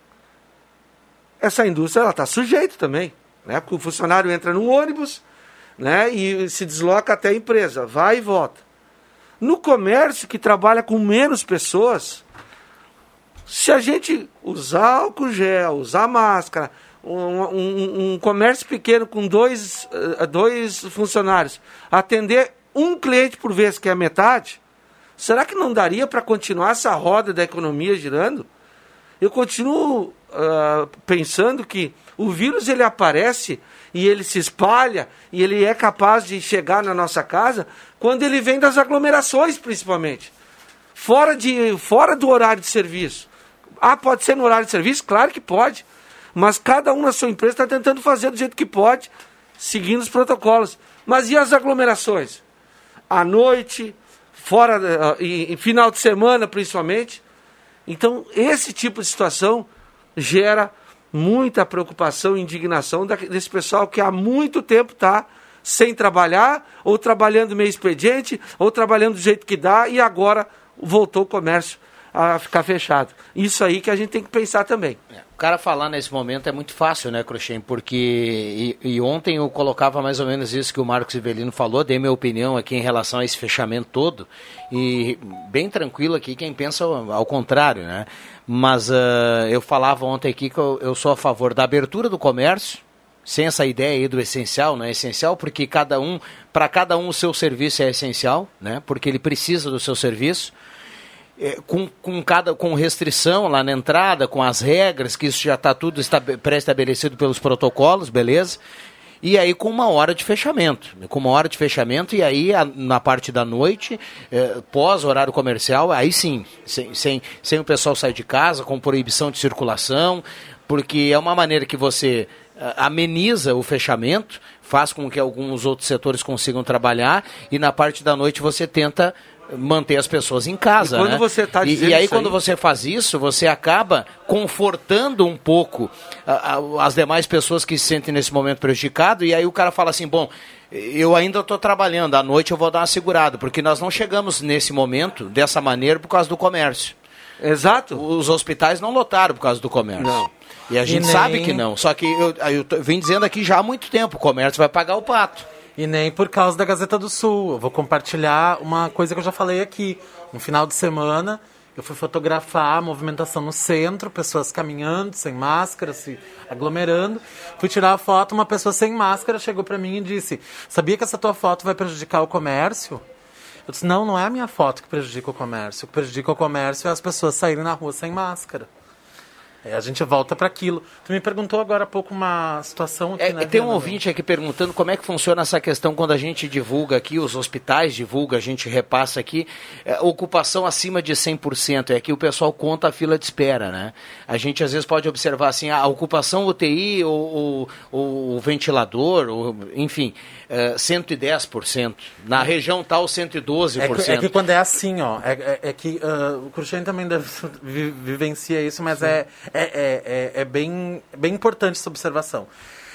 essa indústria está sujeita também, né? Porque o funcionário entra no ônibus, né, e se desloca até a empresa, vai e volta. No comércio, que trabalha com menos pessoas, se a gente usar álcool gel, usar máscara, um comércio pequeno com dois funcionários, atender um cliente por vez, que é a metade, será que não daria para continuar essa roda da economia girando? Eu continuo pensando que o vírus ele aparece e ele se espalha e ele é capaz de chegar na nossa casa quando ele vem das aglomerações, principalmente. Fora do horário de serviço. Pode ser no horário de serviço? Claro que pode. Mas cada um na sua empresa está tentando fazer do jeito que pode, seguindo os protocolos. Mas e as aglomerações? À noite, em final de semana, principalmente. Então, esse tipo de situação gera muita preocupação e indignação desse pessoal que há muito tempo está sem trabalhar, ou trabalhando meio expediente, ou trabalhando do jeito que dá, e agora voltou o comércio a ficar fechado. Isso aí que a gente tem que pensar também. O cara falar nesse momento é muito fácil, né, Cruxem? Porque e ontem eu colocava mais ou menos isso que o Marcos Ivelino falou, dei minha opinião aqui em relação a esse fechamento todo, e bem tranquilo aqui quem pensa ao contrário, né? Mas eu falava ontem aqui que eu sou a favor da abertura do comércio, sem essa ideia aí do essencial, não é essencial, porque para cada um o seu serviço é essencial, né? Porque ele precisa do seu serviço. Com restrição lá na entrada, com as regras, que isso já está tudo pré-estabelecido pelos protocolos, beleza? E aí com uma hora de fechamento. E aí na parte da noite, pós horário comercial, aí sim, sem o pessoal sair de casa, com proibição de circulação, porque é uma maneira que você ameniza o fechamento, faz com que alguns outros setores consigam trabalhar, e na parte da noite você tenta manter as pessoas em casa, e quando, né? Você tá dizendo aí quando você faz isso, você acaba confortando um pouco as demais pessoas que se sentem nesse momento prejudicadas, e aí o cara fala assim, bom, eu ainda estou trabalhando, à noite eu vou dar uma segurada, porque nós não chegamos nesse momento dessa maneira por causa do comércio. Exato. Os hospitais não lotaram por causa do comércio. Não. E a gente sabe que não, só que eu venho dizendo aqui já há muito tempo, o comércio vai pagar o pato. E nem por causa da Gazeta do Sul. Eu vou compartilhar uma coisa que eu já falei aqui. Um final de semana, eu fui fotografar a movimentação no centro, pessoas caminhando, sem máscara, se aglomerando. Fui tirar a foto, uma pessoa sem máscara chegou para mim e disse, sabia que essa tua foto vai prejudicar o comércio? Eu disse, não é a minha foto que prejudica o comércio. O que prejudica o comércio é as pessoas saírem na rua sem máscara. A gente volta para aquilo. Tu me perguntou agora há pouco uma situação aqui, né? Tem um ouvinte aqui perguntando como é que funciona essa questão quando a gente divulga aqui, os hospitais divulgam, a gente repassa aqui, ocupação acima de 100%. É que o pessoal conta a fila de espera, né? A gente às vezes pode observar assim, a ocupação UTI ou o ventilador, enfim, 110%. Na região tal, 112%. É que quando é assim, ó, é que o Cruxem também vivencia isso, mas é bem importante essa observação.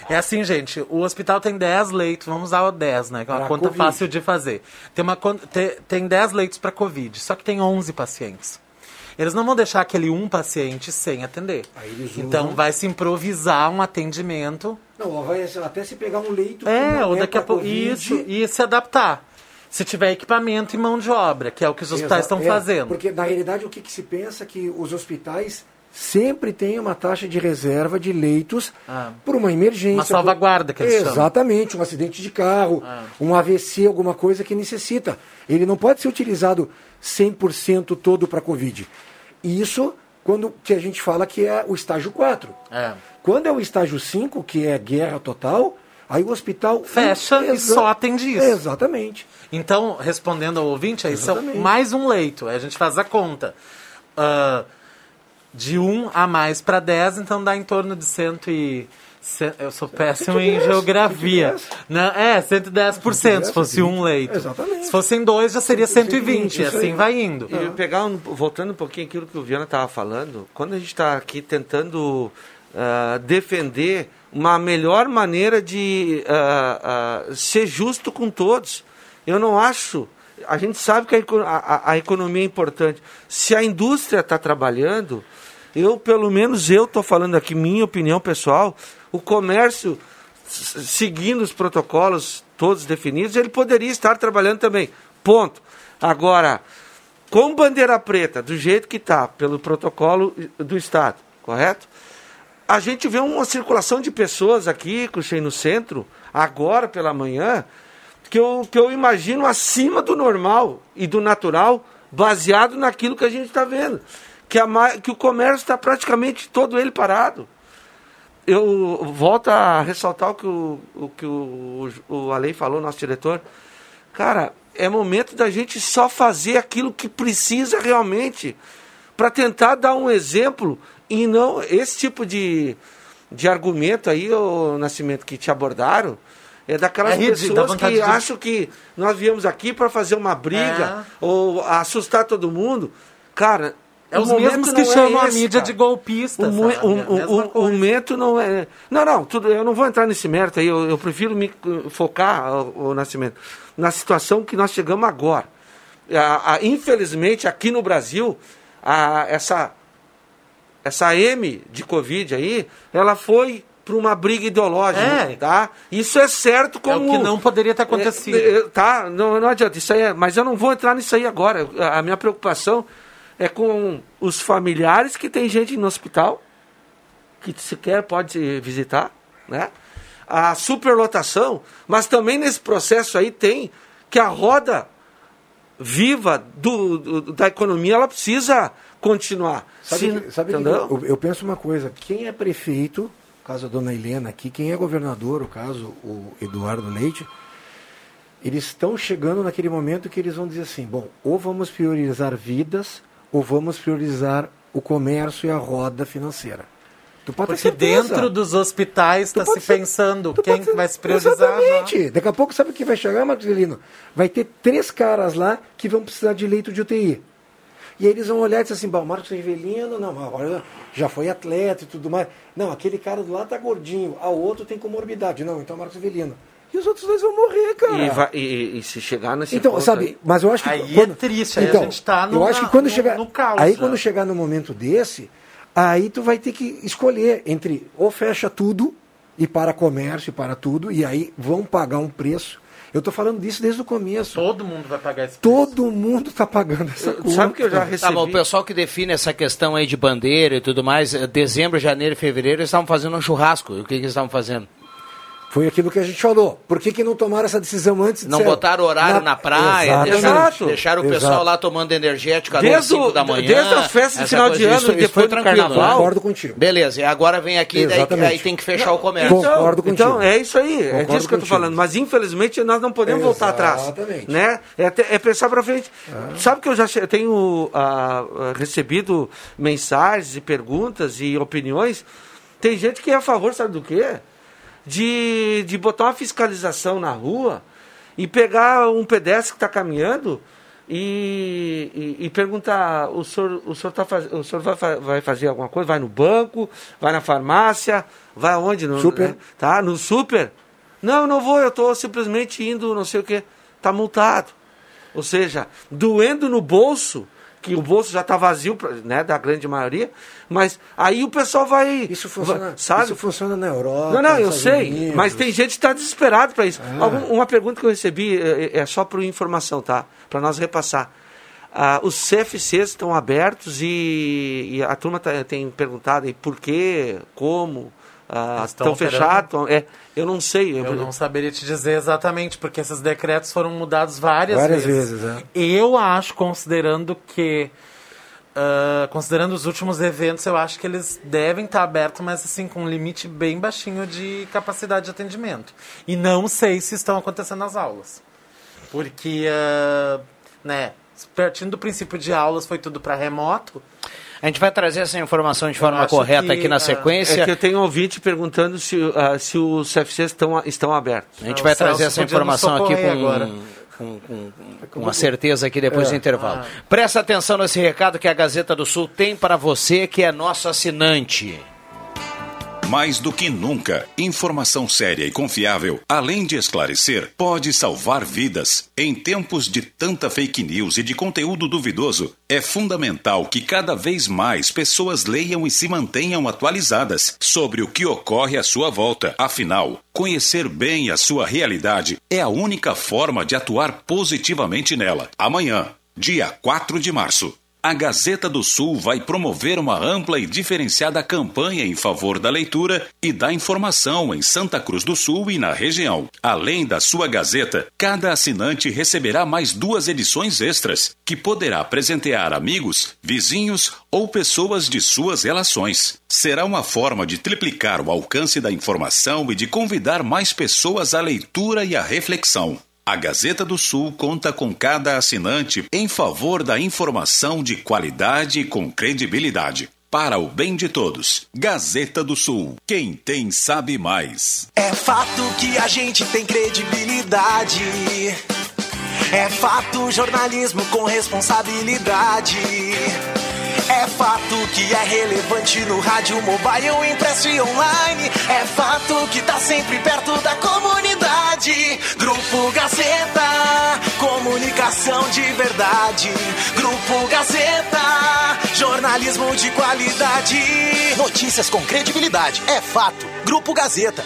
É assim, gente, o hospital tem 10 leitos, vamos usar o 10, né? Que é uma conta COVID. fácil de fazer. Tem 10 leitos para Covid, só que tem 11 pacientes. Eles não vão deixar aquele um paciente sem atender. Então vai se improvisar um atendimento. Não, vai até se pegar um leito. Ou daqui a pouco. Isso, e se adaptar. Se tiver equipamento e mão de obra, que é o que os hospitais estão fazendo. Porque, na realidade, o que se pensa é que os hospitais sempre têm uma taxa de reserva de leitos por uma emergência. Uma salvaguarda, que eles chamam. Exatamente, um acidente de carro, um AVC, alguma coisa que necessita. Ele não pode ser utilizado 100% todo para Covid. Isso quando que a gente fala que é o estágio 4. Quando é o estágio 5, que é guerra total, aí o hospital fecha e só atende isso. Exatamente. Então, respondendo ao ouvinte, aí são mais um leito. Aí a gente faz a conta. De 1 a mais para 10, então dá em torno de 100 e... Eu sou péssimo em geografia. 110% se fosse um leito. Exatamente. Se fossem 2, já seria 120. E assim vai indo. E voltando um pouquinho aquilo que o Viana estava falando, quando a gente está aqui tentando defender uma melhor maneira de ser justo com todos, eu não acho... A gente sabe que a economia é importante. Se a indústria está trabalhando, pelo menos eu estou falando aqui, minha opinião pessoal, o comércio, seguindo os protocolos todos definidos, ele poderia estar trabalhando também. Ponto. Agora, com bandeira preta, do jeito que está, pelo protocolo do Estado, correto? A gente vê uma circulação de pessoas aqui, no centro, agora pela manhã, que eu imagino acima do normal e do natural, baseado naquilo que a gente está vendo. Que o comércio está praticamente todo ele parado. Eu volto a ressaltar o que o Alei falou, nosso diretor. Cara, é momento da gente só fazer aquilo que precisa realmente, para tentar dar um exemplo, e não esse tipo de argumento aí, o Nascimento, que te abordaram, é daquelas pessoas que acham que nós viemos aqui para fazer uma briga ou assustar todo mundo. Cara, é os mesmos que chamam a mídia de golpista. O momento não é... Não, eu não vou entrar nesse mérito aí, eu prefiro me focar, o Nascimento, na situação que nós chegamos agora. Infelizmente, aqui no Brasil, essa M de Covid aí, ela foi para uma briga ideológica, tá? Isso é certo como... É o que não poderia ter acontecido. Tá, não adianta, isso aí mas eu não vou entrar nisso aí agora. A minha preocupação é com os familiares que tem gente no hospital, que sequer pode visitar, né? A superlotação, mas também nesse processo aí tem que a roda viva da economia, ela precisa continuar. Sabe eu penso uma coisa, quem é prefeito, no caso a dona Helena aqui, quem é governador, no caso o Eduardo Leite, eles estão chegando naquele momento que eles vão dizer assim, bom, ou vamos priorizar vidas, ou vamos priorizar o comércio e a roda financeira. Porque dentro dos hospitais está se pensando quem vai se priorizar. Exatamente. Daqui a pouco, sabe o que vai chegar, Marcos Avelino? Vai ter 3 caras lá que vão precisar de leito de UTI. E aí eles vão olhar e dizer assim, bom, Marcos Avelino, não, agora já foi atleta e tudo mais. Não, aquele cara do lado tá gordinho, o outro tem comorbidade. Não, então Marcos Avelino. E os outros 2 vão morrer, cara. E se chegar nesse então, ponto sabe, aí... mas eu acho que... Aí é triste, aí a gente tá no caos. Aí quando chegar no momento desse, aí tu vai ter que escolher entre ou fecha tudo, e para comércio, e para tudo, e aí vão pagar um preço. Eu estou falando disso desde o começo. Todo mundo vai pagar esse preço. Todo mundo está pagando essa conta. Sabe que eu já recebi... o pessoal que define essa questão aí de bandeira e tudo mais, dezembro, janeiro e fevereiro, eles estavam fazendo um churrasco. O que eles estavam fazendo? Foi aquilo que a gente falou. Por que não tomaram essa decisão antes? Não botaram horário na praia, deixaram o pessoal lá tomando energético às 5 da manhã. Desde as festas de final de ano, depois do carnaval. Concordo contigo. Beleza, e agora vem aqui, daí tem que fechar o comércio. Concordo contigo. Então, é isso aí, é disso que eu estou falando. Mas, infelizmente, nós não podemos voltar atrás. Exatamente. Né? É pensar para frente. Sabe que eu já tenho recebido mensagens e perguntas e opiniões? Tem gente que é a favor, sabe do quê? De botar uma fiscalização na rua e pegar um pedestre que está caminhando e perguntar, o senhor vai fazer alguma coisa? Vai no banco? Vai na farmácia? Vai aonde? No super? Tá, no super? Não vou, eu estou simplesmente indo, não sei o que. Está multado. Ou seja, doendo no bolso, que o bolso já está vazio, né, da grande maioria, mas aí o pessoal vai... Isso funciona, sabe? Isso funciona na Europa. Não, eu sei, mas tem gente que está desesperado para isso. Uma pergunta que eu recebi é só por informação, tá? Para nós repassar. Os CFCs estão abertos e a turma tem perguntado aí por quê, como... estão fechados? Eu não sei. Eu não saberia te dizer exatamente, porque esses decretos foram mudados várias vezes. Eu acho, considerando os últimos eventos, eu acho que eles devem estar abertos, mas assim, com um limite bem baixinho de capacidade de atendimento. E não sei se estão acontecendo nas aulas. Porque, partindo do princípio de aulas, foi tudo para remoto. A gente vai trazer essa informação de forma correta aqui na sequência. É que eu tenho um ouvinte perguntando se os CFCs estão abertos. A gente vai trazer essa informação aqui com uma certeza aqui depois do intervalo. Presta atenção nesse recado que a Gazeta do Sul tem para você, que é nosso assinante. Mais do que nunca, informação séria e confiável, além de esclarecer, pode salvar vidas. Em tempos de tanta fake news e de conteúdo duvidoso, é fundamental que cada vez mais pessoas leiam e se mantenham atualizadas sobre o que ocorre à sua volta. Afinal, conhecer bem a sua realidade é a única forma de atuar positivamente nela. Amanhã, dia 4 de março. A Gazeta do Sul vai promover uma ampla e diferenciada campanha em favor da leitura e da informação em Santa Cruz do Sul e na região. Além da sua Gazeta, cada assinante receberá mais 2 edições extras, que poderá presentear amigos, vizinhos ou pessoas de suas relações. Será uma forma de triplicar o alcance da informação e de convidar mais pessoas à leitura e à reflexão. A Gazeta do Sul conta com cada assinante em favor da informação de qualidade e com credibilidade. Para o bem de todos. Gazeta do Sul. Quem tem sabe mais. É fato que a gente tem credibilidade. É fato, jornalismo com responsabilidade. É fato que é relevante no rádio, mobile, impresso e online. É fato que tá sempre perto da comunidade. Grupo Gazeta, comunicação de verdade. Grupo Gazeta, jornalismo de qualidade. Notícias com credibilidade, é fato. Grupo Gazeta.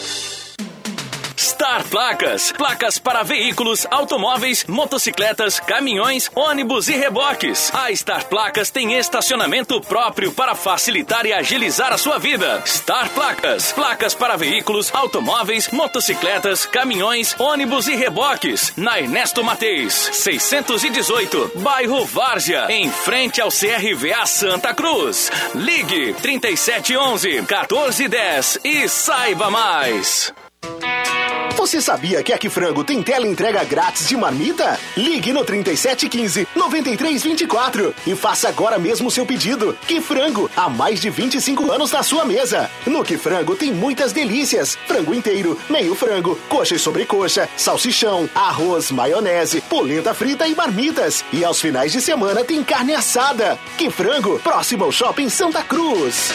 Star Placas. Placas para veículos, automóveis, motocicletas, caminhões, ônibus e reboques. A Star Placas tem estacionamento próprio para facilitar e agilizar a sua vida. Star Placas. Placas para veículos, automóveis, motocicletas, caminhões, ônibus e reboques. Na Ernesto Mateis, 618, bairro Várzea, em frente ao CRVA Santa Cruz. Ligue 3711-1410 e saiba mais. Você sabia que a Aquifrango tem teleentrega grátis de marmita? Ligue no 3715-9324 e faça agora mesmo o seu pedido. Quifrango, há mais de 25 anos na sua mesa. No Quifrango tem muitas delícias. Frango inteiro, meio frango, coxa e sobrecoxa, salsichão, arroz, maionese, polenta frita e marmitas. E aos finais de semana tem carne assada. Quifrango, próximo ao Shopping Santa Cruz.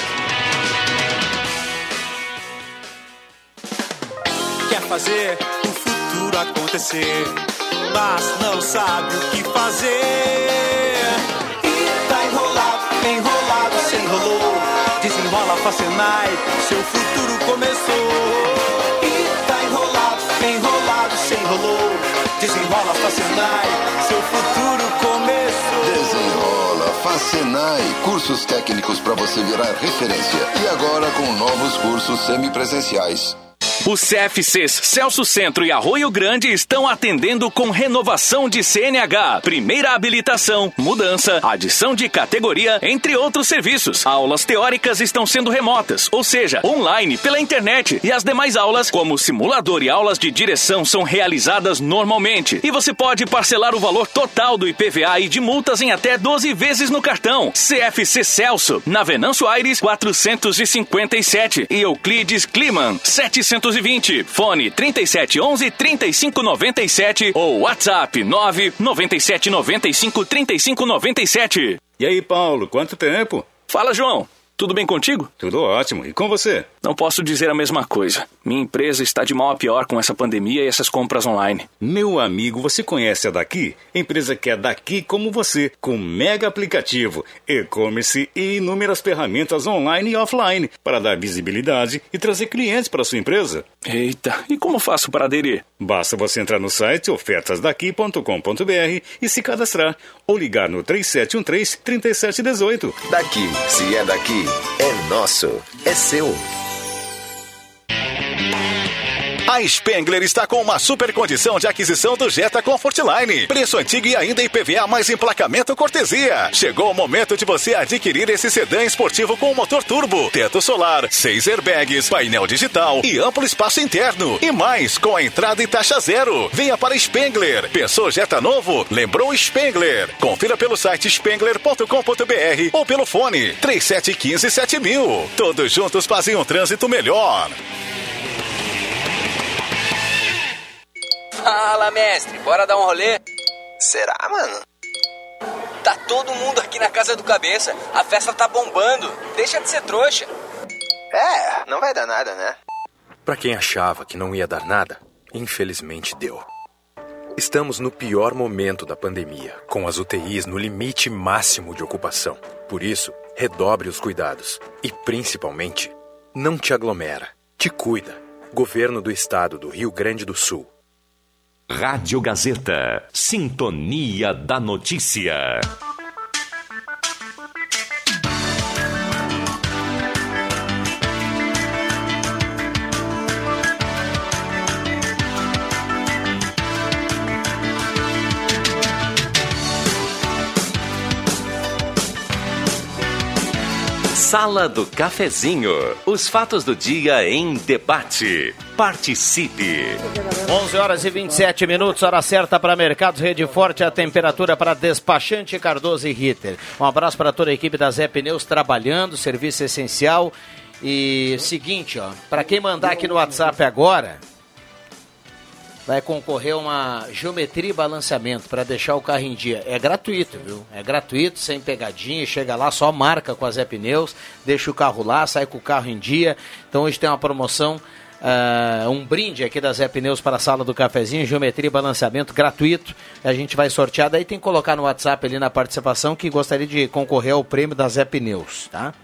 Quer fazer o futuro acontecer, mas não sabe o que fazer. E tá enrolado, se enrolou. Desenrola Facenai, seu futuro começou. E tá enrolado, se enrolou. Desenrola Facenai, seu futuro começou. Desenrola Facenai, cursos técnicos para você virar referência. E agora com novos cursos semipresenciais. Os CFCs Celso Centro e Arroio Grande estão atendendo com renovação de CNH, primeira habilitação, mudança, adição de categoria, entre outros serviços. Aulas teóricas estão sendo remotas, ou seja, online, pela internet. E as demais aulas, como simulador e aulas de direção, são realizadas normalmente. E você pode parcelar o valor total do IPVA e de multas em até 12 vezes no cartão. CFC Celso, na Venâncio Aires, 457 e Euclides Kliman, 700 999-99-1220. Fone 3711-3597 ou WhatsApp 99795-3597. E aí, Paulo, quanto tempo? Fala, João. Tudo bem contigo? Tudo ótimo. E com você? Não posso dizer a mesma coisa. Minha empresa está de mal a pior com essa pandemia e essas compras online. Meu amigo, você conhece a Daqui? Empresa que é daqui como você, com mega aplicativo, e-commerce e inúmeras ferramentas online e offline para dar visibilidade e trazer clientes para a sua empresa. Eita, e como faço para aderir? Basta você entrar no site ofertasdaqui.com.br e se cadastrar, ou ligar no 3713-3718. Daqui, se é daqui, é nosso, é seu. A Spengler está com uma super condição de aquisição do Jetta Comfortline. Preço antigo e ainda IPVA mais emplacamento cortesia. Chegou o momento de você adquirir esse sedã esportivo com motor turbo, teto solar, 6 airbags, painel digital e amplo espaço interno. E mais, com a entrada e taxa zero. Venha para Spengler. Pensou Jetta novo? Lembrou Spengler. Confira pelo site spengler.com.br ou pelo fone 3715-7000. Todos juntos fazem um trânsito melhor. Fala, mestre, bora dar um rolê? Será, mano? Tá todo mundo aqui na casa do Cabeça. A festa tá bombando. Deixa de ser trouxa. É, não vai dar nada, né? Pra quem achava que não ia dar nada, infelizmente deu. Estamos no pior momento da pandemia, com as UTIs no limite máximo de ocupação. Por isso, redobre os cuidados. E, principalmente, não te aglomera. Te cuida. Governo do Estado do Rio Grande do Sul. Rádio Gazeta. Sintonia da Notícia. Sala do Cafezinho. Os fatos do dia em debate. Participe. 11 horas e 27 minutos, hora certa para Mercados Rede Forte, a temperatura para despachante Cardoso e Ritter. Um abraço para toda a equipe da Zé Pneus trabalhando, serviço essencial. E seguinte, ó, para quem mandar aqui no WhatsApp agora, vai concorrer uma geometria e balanceamento para deixar o carro em dia. É gratuito, viu? É gratuito, sem pegadinha. Chega lá, só marca com a Zé Pneus, deixa o carro lá, sai com o carro em dia. Então hoje tem uma promoção, um brinde aqui da Zé Pneus para a Sala do Cafezinho, geometria e balanceamento gratuito. A gente vai sortear, daí tem que colocar no WhatsApp ali na participação que gostaria de concorrer ao prêmio da Zé Pneus, tá?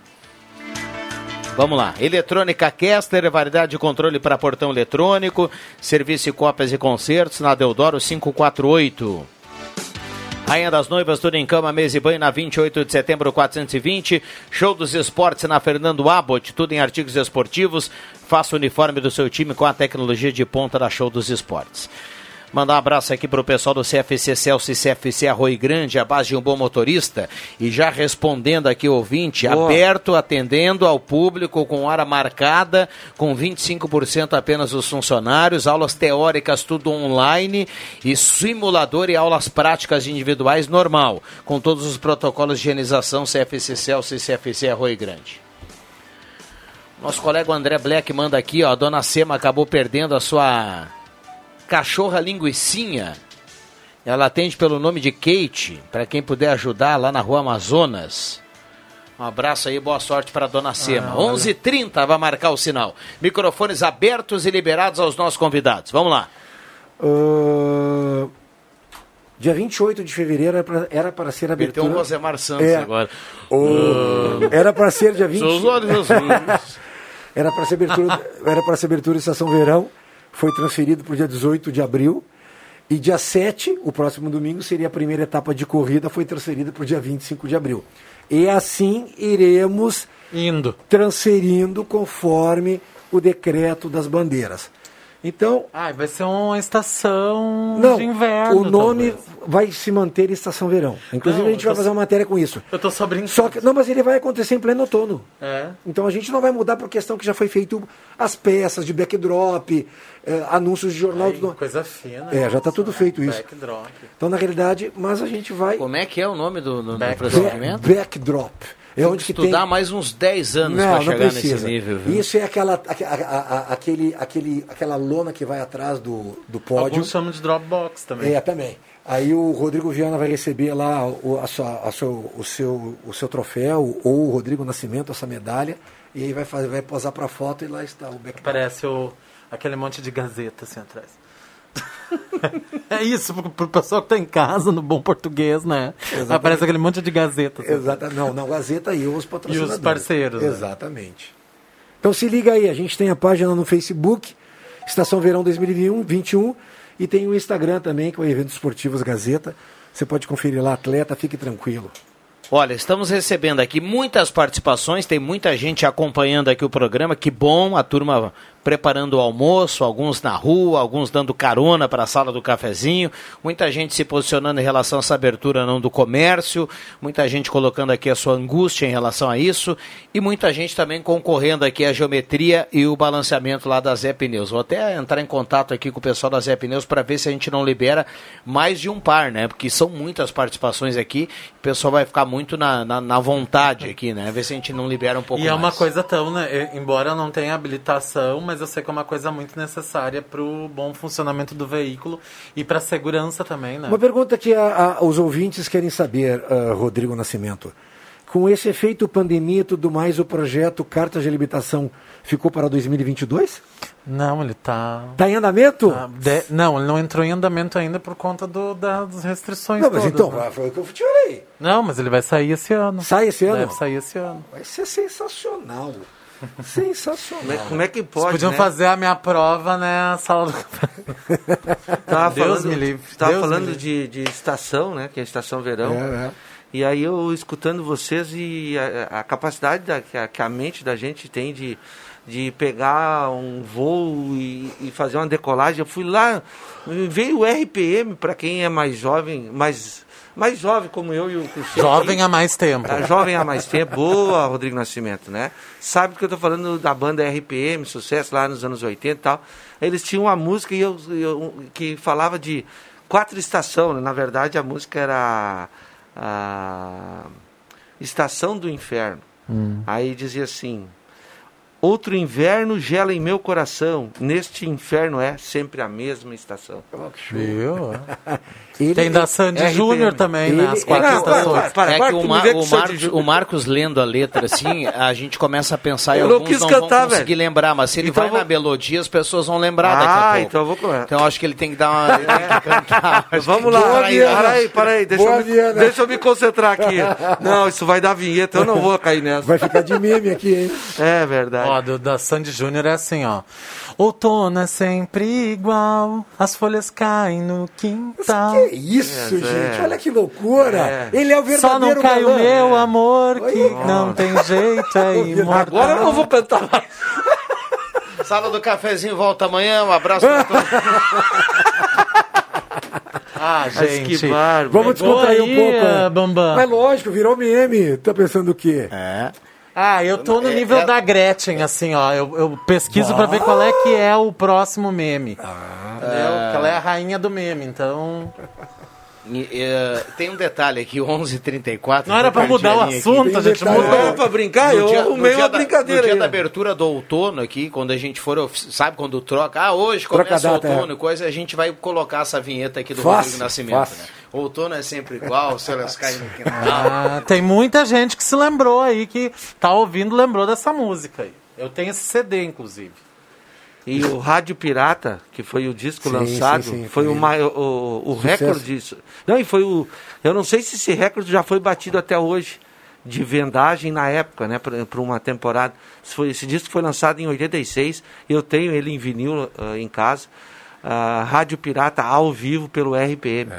Vamos lá, Eletrônica Kessler, variedade de controle para portão eletrônico, serviço de cópias e concertos na Deodoro 548. Rainha das Noivas, tudo em cama, mesa e banho na 28 de setembro 420. Show dos Esportes na Fernando Abbott, tudo em artigos esportivos. Faça o uniforme do seu time com a tecnologia de ponta da Show dos Esportes. Mandar um abraço aqui para o pessoal do CFC Celso e CFC Arroio Grande, a base de um bom motorista. E já respondendo aqui o ouvinte, aberto, atendendo ao público com hora marcada, com 25% apenas os funcionários, aulas teóricas tudo online e simulador e aulas práticas individuais normal, com todos os protocolos de higienização CFC Celso e CFC Arroio Grande. Nosso colega André Black manda aqui, ó, a dona Sema acabou perdendo a sua cachorra linguicinha. Ela atende pelo nome de Kate, para quem puder ajudar lá na Rua Amazonas. Um abraço aí, boa sorte para dona Sema. 11h30 vai marcar o sinal. Microfones abertos e liberados aos nossos convidados. Vamos lá. Dia 28 de fevereiro era para ser a abertura... Meteu um Rosemar Santos agora. Era para ser dia 20... Seus olhos azuis. Era para ser abertura da Estação Verão. Foi transferido para o dia 18 de abril. E dia 7, o próximo domingo, seria a primeira etapa de corrida, foi transferida para o dia 25 de abril. E assim iremos transferindo conforme o decreto das bandeiras. Então... vai ser uma estação de inverno. O nome vai se manter Estação Verão. Inclusive a gente vai fazer uma matéria com isso. Eu tô só brincando. Mas ele vai acontecer em pleno outono. É. Então a gente não vai mudar por questão que já foi feito as peças de backdrop, anúncios de jornal. Coisa fina. Já está tudo feito isso. Backdrop. Então na realidade, mas a gente vai... Como é que é o nome do procedimento? Backdrop. É onde que estudar tem... mais uns 10 anos para chegar nesse nível. Viu? Isso é aquela lona que vai atrás do pódio. Alguns chamam de Dropbox também. Também. Aí o Rodrigo Viana vai receber lá o seu troféu, ou o Rodrigo Nascimento, essa medalha, e aí vai posar para foto e lá está o backdrop. Parece aquele monte de gazeta assim atrás. É isso, pro pessoal que tá em casa, no bom português, né? Exatamente. Aparece aquele monte de gazeta. Assim. Exatamente. Não, Gazeta e os patrocinadores. E os parceiros. Exatamente. Né? Então se liga aí, a gente tem a página no Facebook, Estação Verão 2021, e tem o Instagram também, que é o Eventos Esportivos Gazeta. Você pode conferir lá, atleta, fique tranquilo. Olha, estamos recebendo aqui muitas participações, tem muita gente acompanhando aqui o programa, que bom, a turma preparando o almoço, alguns na rua, alguns dando carona para a sala do cafezinho, muita gente se posicionando em relação a essa abertura não do comércio, muita gente colocando aqui a sua angústia em relação a isso, e muita gente também concorrendo aqui à geometria e o balanceamento lá da Zé Pneus. Vou até entrar em contato aqui com o pessoal da Zé Pneus para ver se a gente não libera mais de um par, né? Porque são muitas participações aqui, o pessoal vai ficar muito na vontade aqui, né? Ver se a gente não libera um pouco mais. E é uma coisa tão, né? Embora não tenha habilitação, mas eu sei que é uma coisa muito necessária para o bom funcionamento do veículo e para a segurança também, né? Uma pergunta que os ouvintes querem saber, Rodrigo Nascimento. Com esse efeito pandemia e tudo mais, o projeto Cartas de Habilitação ficou para 2022? Não, ele está... Está em andamento? Não, ele não entrou em andamento ainda por conta das restrições todas. Não, mas então, né? foi o que eu te falei. Não, mas ele vai sair esse ano. Sai esse ano? Deve sair esse ano. Vai ser sensacional. Sensacional. Como é que pode, Vocês podiam fazer a minha prova, né, sala do café. Deus me livre. Estava falando de estação, né, que é a estação verão. E aí eu escutando vocês e a capacidade que a mente da gente tem de pegar um voo e fazer uma decolagem. Eu fui lá, veio o RPM, para quem é mais jovem, mais jovem como eu e o Cristiano. Jovem há mais tempo. Jovem há mais tempo. Boa, Rodrigo Nascimento, né? Sabe que eu tô falando da banda RPM, sucesso lá nos anos 80 e tal. Eles tinham uma música que falava de 4 estações, né? Na verdade a música era a Estação do Inferno. Aí dizia assim: outro inverno gela em meu coração, neste inferno é sempre a mesma estação. Viu? Tem da Sandy Júnior também, né? As 4 estações. O Marcos lendo a letra assim, a gente começa a pensar e alguns não vão conseguir lembrar, mas se ele vai na melodia, as pessoas vão lembrar daqui a pouco. Então eu vou comer. Então eu acho que ele tem que dar uma... cantar. Vamos lá, para aí, deixa eu me concentrar aqui. Não, isso vai dar vinheta, eu não vou cair nessa. Vai ficar de meme aqui, hein? É verdade. Ó, da Sandy Júnior é assim, ó. Outono é sempre igual, as folhas caem no quintal. Mas que isso, gente? Olha que loucura. Ele é o verdadeiro Só não cai galã. o meu amor, que não tem jeito, é imortal. Agora eu não vou cantar mais. Sala do Cafezinho volta amanhã, um abraço pra todos. Gente, que bárbaro. Vamos descontrair um pouco. Bambam. Mas lógico, virou meme. Tá pensando o quê? Eu tô no nível da Gretchen, assim, ó. Eu pesquiso pra ver qual é que é o próximo meme. Porque ela é a rainha do meme, então... Tem um detalhe aqui, 11h34. Não era pra mudar o assunto, a gente mudou. Não era pra brincar, eu arrumei uma brincadeira. No dia da abertura do outono aqui, quando a gente for, sabe, quando troca, hoje começa o outono, coisa, a gente vai colocar essa vinheta aqui do Rodrigo Nascimento, né? Outono é sempre igual, se elas caem no quintal. Tem muita gente que se lembrou aí, que tá ouvindo, lembrou dessa música aí. Eu tenho esse CD, inclusive. E o Rádio Pirata, que foi o disco lançado, foi o recorde disso. Não, e foi eu não sei se esse recorde já foi batido até hoje, de vendagem na época, né, para uma temporada. Esse disco foi lançado em 86, eu tenho ele em vinil em casa. Rádio Pirata ao vivo pelo RPM.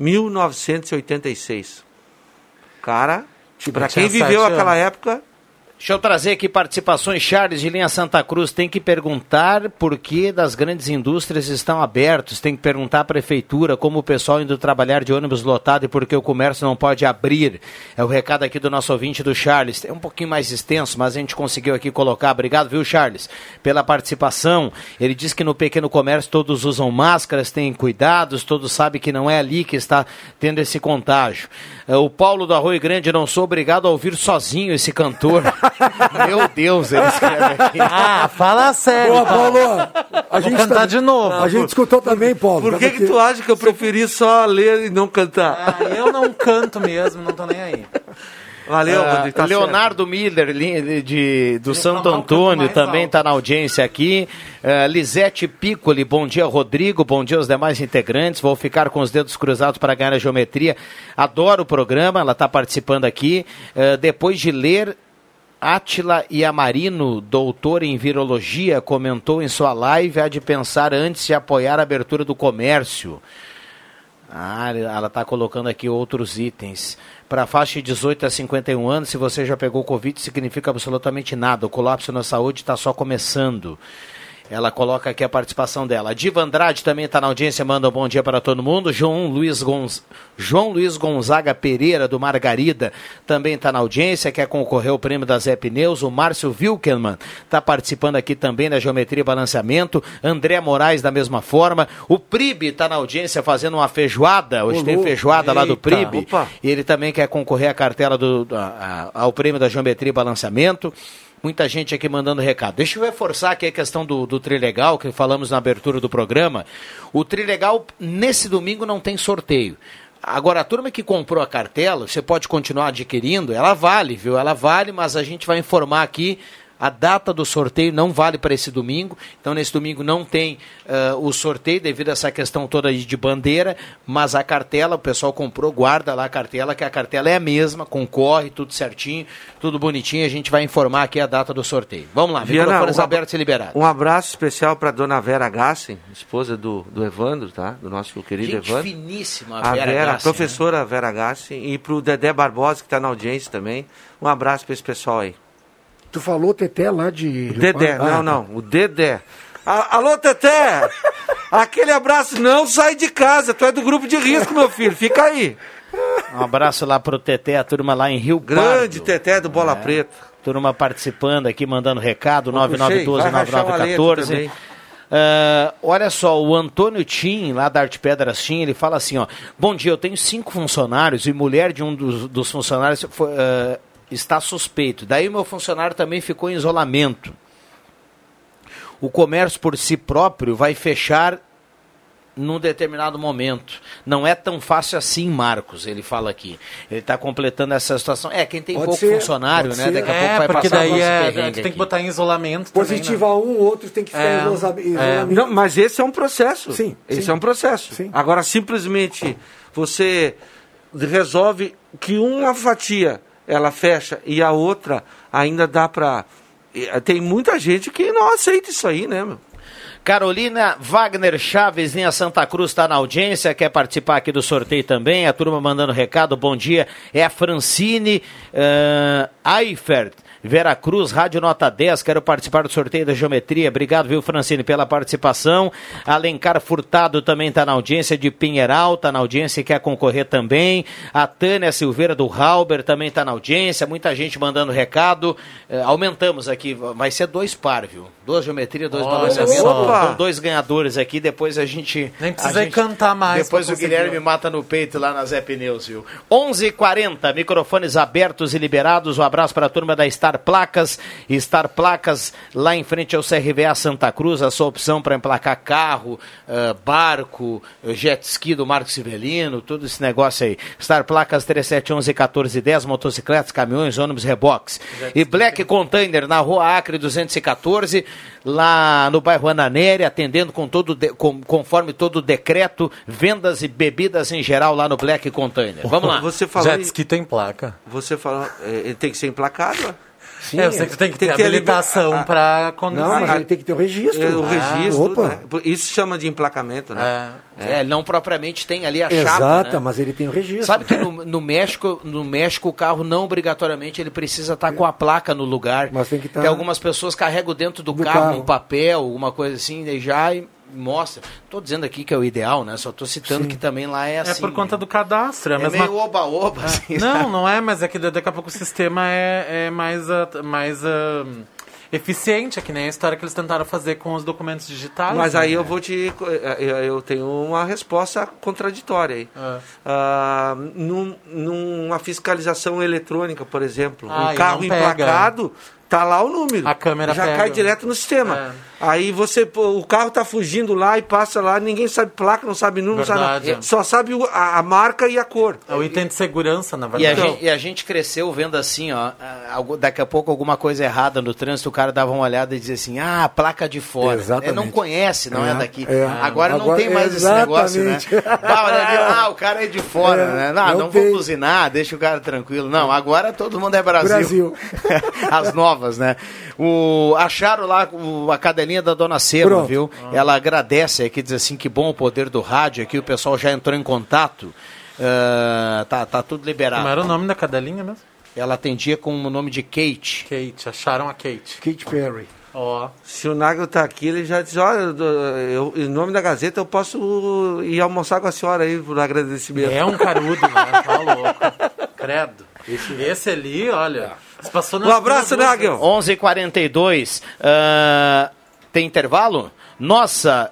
1986. Cara, para quem viveu aquela época, Deixa eu trazer aqui participações. Charles de Linha Santa Cruz tem que perguntar por que das grandes indústrias estão abertos. Tem que perguntar à prefeitura como o pessoal indo trabalhar de ônibus lotado e por que o comércio não pode abrir. É o recado aqui do nosso ouvinte do Charles. É um pouquinho mais extenso, mas a gente conseguiu aqui colocar. Obrigado, viu, Charles, pela participação. Ele diz que no pequeno comércio todos usam máscaras, têm cuidados, todos sabem que não é ali que está tendo esse contágio. O Paulo do Arroio Grande, não sou obrigado a ouvir sozinho esse cantor. Meu Deus, ele escreve aqui. Fala sério. Boa, Paulo. A gente cantar de novo. A gente escutou também, Paulo. Por que tu acha que eu preferi só ler e não cantar? Eu não canto mesmo, não tô nem aí. Valeu, tá Leonardo certo. Miller, do Santo Antônio, também está na audiência aqui. Lisete Piccoli, bom dia, Rodrigo, bom dia aos demais integrantes. Vou ficar com os dedos cruzados para ganhar a geometria. Adoro o programa, ela está participando aqui. Depois de ler, Átila Iamarino, doutor em virologia, comentou em sua live: há de pensar antes de apoiar a abertura do comércio. Ela está colocando aqui outros itens. Para a faixa de 18 a 51 anos, se você já pegou Covid, significa absolutamente nada. O colapso na saúde está só começando. Ela coloca aqui a participação dela. A Diva Andrade também está na audiência, manda um bom dia para todo mundo. João Luiz Gonzaga Pereira, do Margarida, também está na audiência, quer concorrer ao prêmio da Zé Pneus. O Márcio Wilkelman está participando aqui também da Geometria e Balanceamento. André Moraes, da mesma forma. O Pribe está na audiência fazendo uma feijoada. Hoje tem feijoada lá do Pribe. E ele também quer concorrer à cartela ao prêmio da Geometria e Balanceamento. Muita gente aqui mandando recado. Deixa eu reforçar aqui a questão do Trilegal, que falamos na abertura do programa. O Trilegal, nesse domingo, não tem sorteio. Agora, a turma que comprou a cartela, você pode continuar adquirindo, ela vale, viu? Ela vale, mas a gente vai informar aqui. A data do sorteio não vale para esse domingo, então nesse domingo não tem o sorteio devido a essa questão toda de bandeira, mas a cartela, o pessoal comprou, guarda lá a cartela, que a cartela é a mesma, concorre, tudo certinho, tudo bonitinho, a gente vai informar aqui a data do sorteio. Vamos lá, microfones abertos e liberados. Um abraço especial para dona Vera Gassen, esposa do Evandro, tá? Do nosso querido gente Evandro. Finíssima, a Vera Gassen, a professora, né? Vera Gassen, e para o Dedé Barbosa, que está na audiência também. Um abraço para esse pessoal aí. Tu falou Teté lá de... Dedé, não, o Dedé. Alô, Teté! Aquele abraço, não sai de casa, tu é do grupo de risco, meu filho, fica aí. Um abraço lá pro Teté, a turma lá em Rio Pardo. Grande Teté do Bola Preta. Turma participando aqui, mandando recado, 9912-9914. Olha só, o Antônio Tim, lá da Arte Pedras Tim, ele fala assim, ó: bom dia, eu tenho 5 funcionários e mulher de um dos funcionários está suspeito. Daí o meu funcionário também ficou em isolamento. O comércio por si próprio vai fechar num determinado momento. Não é tão fácil assim, Marcos, ele fala aqui. Ele está completando essa situação. Quem tem pouco funcionário, né? Daqui a pouco vai porque passar daí tu tem que botar em isolamento. Positiva também, né? Outros tem que ficar em isolamento. Não, mas esse é um processo. Sim. Esse é um processo. Sim. Agora, simplesmente, você resolve que uma fatia ela fecha e a outra ainda dá para... Tem muita gente que não aceita isso aí, né, meu? Carolina Wagner Chaves, linha Santa Cruz, está na audiência, quer participar aqui do sorteio também. A turma mandando recado, bom dia. É a Francine Eifert, Veracruz, Rádio Nota 10, quero participar do sorteio da geometria. Obrigado, viu, Francine, pela participação. Alencar Furtado também está na audiência, de Pinheiral, está na audiência e quer concorrer também. A Tânia Silveira do Halber também está na audiência, muita gente mandando recado. Aumentamos aqui, vai ser 2 par, viu? 2 geometria, 2 balanceamentos. Então, 2 ganhadores aqui, depois a gente... Nem precisa cantar mais. Depois o Guilherme mata no peito lá na Zé Pneus, viu? 11h40, microfones abertos e liberados. Um abraço para a turma da Star Placas lá em frente ao CRVA Santa Cruz, a sua opção para emplacar carro, barco, jet ski do Marco Civelino, todo esse negócio aí. Star Placas 3711-1410, motocicletas, caminhões, ônibus, reboques. E Black Container na Rua Acre 214, lá no bairro Ananeri, atendendo conforme todo o decreto, vendas e bebidas em geral lá no Black Container. Vamos lá. Você falou jet ski tem placa. Você falou, ele tem que ser emplacado? Sim, eu sei que tem que ter habilitação para conduzir. Não, mas ele tem que ter o registro. O registro, Opa. né? Isso chama de emplacamento, né? Não propriamente tem ali a Exato, chapa, né? mas ele tem o registro. Sabe que no México o carro não obrigatoriamente ele precisa estar com a placa no lugar. Mas tem que estar... Que algumas pessoas carregam dentro do carro um papel, alguma coisa assim, e já mostra. Estou dizendo aqui que é o ideal, né? Só estou citando que também lá é assim. É por conta do cadastro. É meio oba-oba. Assim, não é, mas é que daqui a pouco o sistema é mais eficiente, é que nem a história que eles tentaram fazer com os documentos digitais. Mas né? aí eu tenho uma resposta contraditória aí. Numa fiscalização eletrônica, por exemplo, um carro emplacado, tá lá o número. A câmera já cai direto no sistema. Aí o carro tá fugindo lá e passa lá, ninguém sabe placa, não sabe número, não sabe, só sabe a marca e a cor. É o item de segurança, na verdade. E a gente cresceu vendo assim, ó, daqui a pouco alguma coisa errada no trânsito, o cara dava uma olhada e dizia assim, placa de fora. Não conhece, não é daqui. Agora não tem mais esse negócio, né? O cara é de fora, né? Não vou buzinar, deixa o cara tranquilo. Não, agora todo mundo é Brasil. As novas, né? Acharam lá a cadelinha da Dona Cera, viu? Ela agradece aqui, diz assim, que bom o poder do rádio aqui, o pessoal já entrou em contato. Tá tudo liberado. Como era o nome da cadelinha mesmo? Ela atendia com o nome de Kate. Kate, acharam a Kate. Kate Perry. Se o Nagel tá aqui, ele já diz, olha, em nome da Gazeta eu posso ir almoçar com a senhora aí por agradecimento. É um carudo, né? Tá louco. Credo. Esse ali, olha... Um abraço, Nagel. 11h42. Tem intervalo? Nossa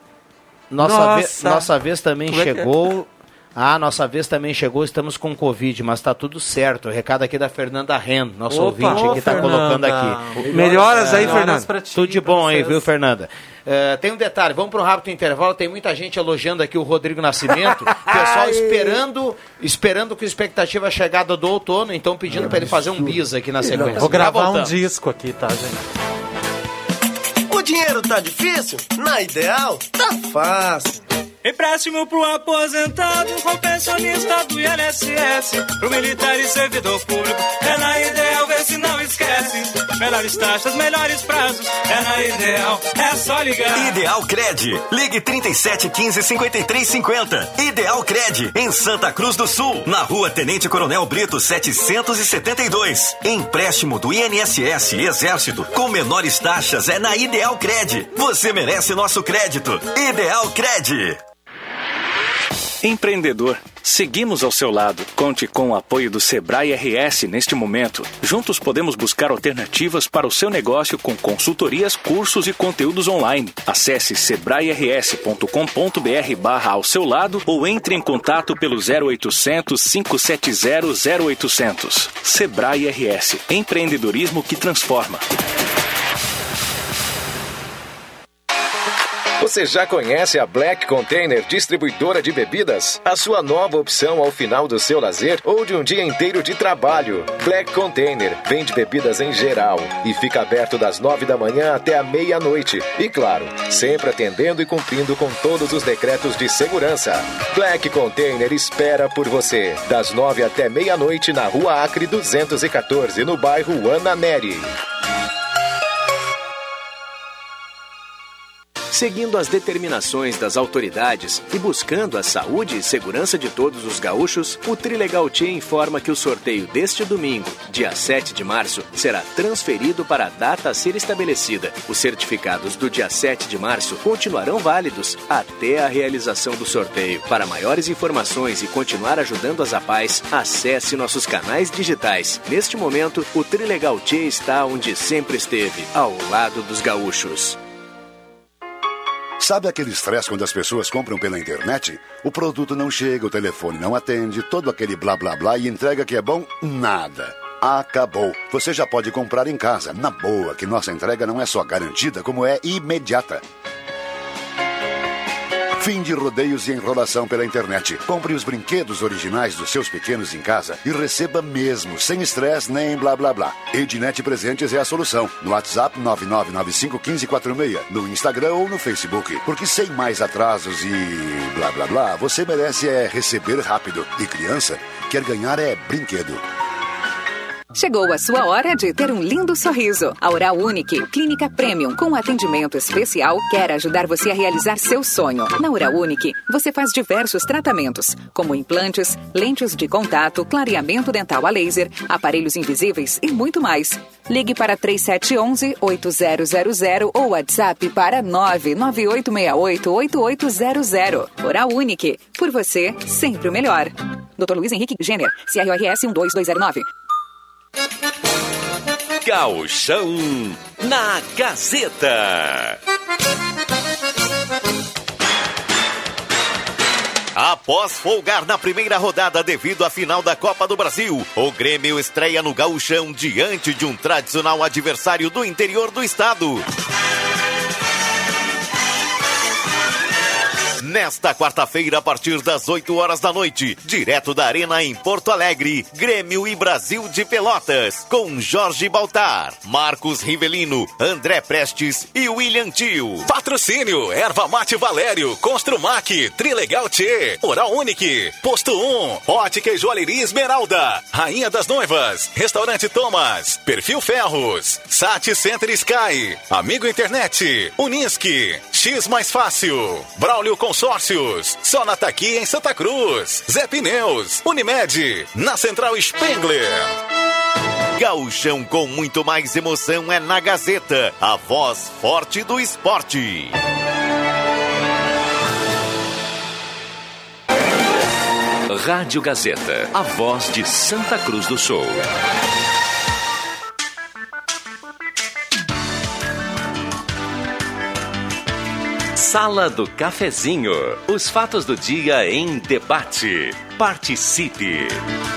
vez também chegou. Nossa vez também chegou, estamos com Covid, mas tá tudo certo. O recado aqui da Fernanda Ren, nosso ouvinte que tá colocando aqui. Melhoras aí, Fernanda. Tudo de bom aí, viu, Fernanda? Tem um detalhe, vamos para um rápido intervalo, tem muita gente elogiando aqui o Rodrigo Nascimento, pessoal esperando com expectativa a chegada do outono, então pedindo para ele fazer um bis aqui na sequência. Vou gravar um disco aqui, tá, gente? O dinheiro tá difícil? Na Ideal, tá fácil. Empréstimo pro aposentado, com pensionista do INSS, pro militar e servidor público. É na Ideal, vê se não esquece. Melhores taxas, melhores prazos. É na Ideal, é só ligar. Ideal Cred. Ligue 37 15 53 50. Ideal Cred, em Santa Cruz do Sul, na Rua Tenente Coronel Brito 772. Empréstimo do INSS e Exército com menores taxas é na Ideal Cred. Você merece nosso crédito. Ideal Cred. Empreendedor, seguimos ao seu lado. Conte com o apoio do Sebrae RS neste momento. Juntos podemos buscar alternativas para o seu negócio com consultorias, cursos e conteúdos online. Acesse sebrae-rs.com.br/ao seu lado ou entre em contato pelo 0800 570 0800. Sebrae RS. Empreendedorismo que transforma. Você já conhece a Black Container Distribuidora de Bebidas? A sua nova opção ao final do seu lazer ou de um dia inteiro de trabalho. Black Container vende bebidas em geral e fica aberto das 9 da manhã até a meia-noite. E claro, sempre atendendo e cumprindo com todos os decretos de segurança. Black Container espera por você, das 9 até meia-noite na Rua Acre 214, no bairro Ana Neri. Seguindo as determinações das autoridades e buscando a saúde e segurança de todos os gaúchos, o Trilegal Tchê informa que o sorteio deste domingo, dia 7 de março, será transferido para a data a ser estabelecida. Os certificados do dia 7 de março continuarão válidos até a realização do sorteio. Para maiores informações e continuar ajudando as APAES, acesse nossos canais digitais. Neste momento, o Trilegal Tchê está onde sempre esteve, ao lado dos gaúchos. Sabe aquele estresse quando as pessoas compram pela internet? O produto não chega, o telefone não atende, todo aquele blá blá blá e entrega que é bom? Nada. Acabou. Você já pode comprar em casa, na boa, que nossa entrega não é só garantida, como é imediata. Fim de rodeios e enrolação pela internet. Compre os brinquedos originais dos seus pequenos em casa e receba mesmo, sem estresse nem blá blá blá. Ednet Presentes é a solução. No WhatsApp 99951546, no Instagram ou no Facebook. Porque sem mais atrasos e blá blá blá, você merece receber rápido. E criança quer ganhar brinquedo. Chegou a sua hora de ter um lindo sorriso. A Oral Unique, clínica premium com atendimento especial, quer ajudar você a realizar seu sonho. Na Oral Unique, você faz diversos tratamentos, como implantes, lentes de contato, clareamento dental a laser, aparelhos invisíveis e muito mais. Ligue para 3711-8000 ou WhatsApp para 99868-8800. Oral Unique, por você, sempre o melhor. Dr. Luiz Henrique Jenner, CRORS 12209. Gauchão na Gazeta. Após folgar na primeira rodada devido à final da Copa do Brasil, o Grêmio estreia no Gauchão diante de um tradicional adversário do interior do estado. Nesta quarta-feira, a partir das 8 horas da noite, direto da Arena em Porto Alegre, Grêmio e Brasil de Pelotas, com Jorge Baltar, Marcos Rivelino, André Prestes e William Tio. Patrocínio, Erva Mate Valério, Construmac, Trilegal Tchê, Oral Unique, Posto 1, Ótica e Joalheria Esmeralda, Rainha das Noivas, Restaurante Thomas, Perfil Ferros, Sat Center Sky, Amigo Internet, Unisque, X Mais Fácil, Braulio Consórcios, Sonataqui em Santa Cruz, Zé Pneus, Unimed, na Central Spengler. Gauchão com muito mais emoção é na Gazeta, a voz forte do esporte. Rádio Gazeta, a voz de Santa Cruz do Sul. Sala do Cafezinho. Os fatos do dia em debate. Participe.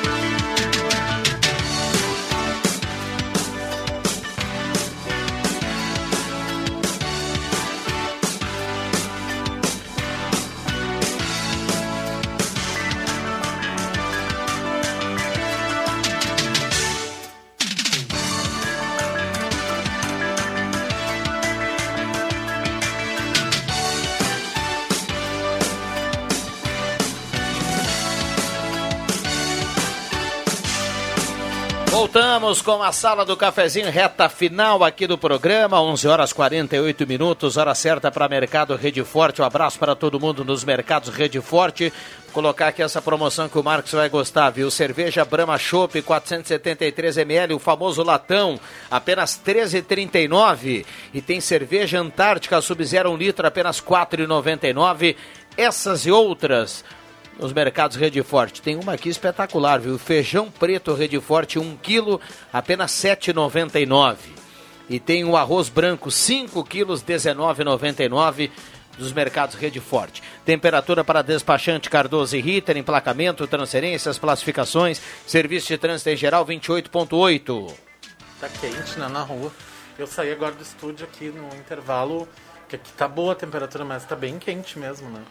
Voltamos com a Sala do Cafezinho, reta final aqui do programa, 11 horas 48 minutos, hora certa para Mercado Rede Forte. Um abraço para todo mundo nos mercados Rede Forte. Vou colocar aqui essa promoção que o Marcos vai gostar, viu? Cerveja Brahma Chopp, 473 ml, o famoso latão, apenas R$ 13,39. E tem cerveja Antártica Sub-Zero 1 litro, apenas R$ 4,99. Essas e outras nos mercados Rede Forte. Tem uma aqui espetacular, viu? Feijão preto Rede Forte, 1 quilo, apenas R$ 7,99. E tem o arroz branco, 5 quilos, R$ 19,99 dos mercados Rede Forte. Temperatura para despachante Cardoso e Ritter, emplacamento, transferências, classificações, serviço de trânsito em geral, 28,8. Tá quente, né, na rua. Eu saí agora do estúdio aqui no intervalo, que aqui tá boa a temperatura, mas tá bem quente mesmo, né?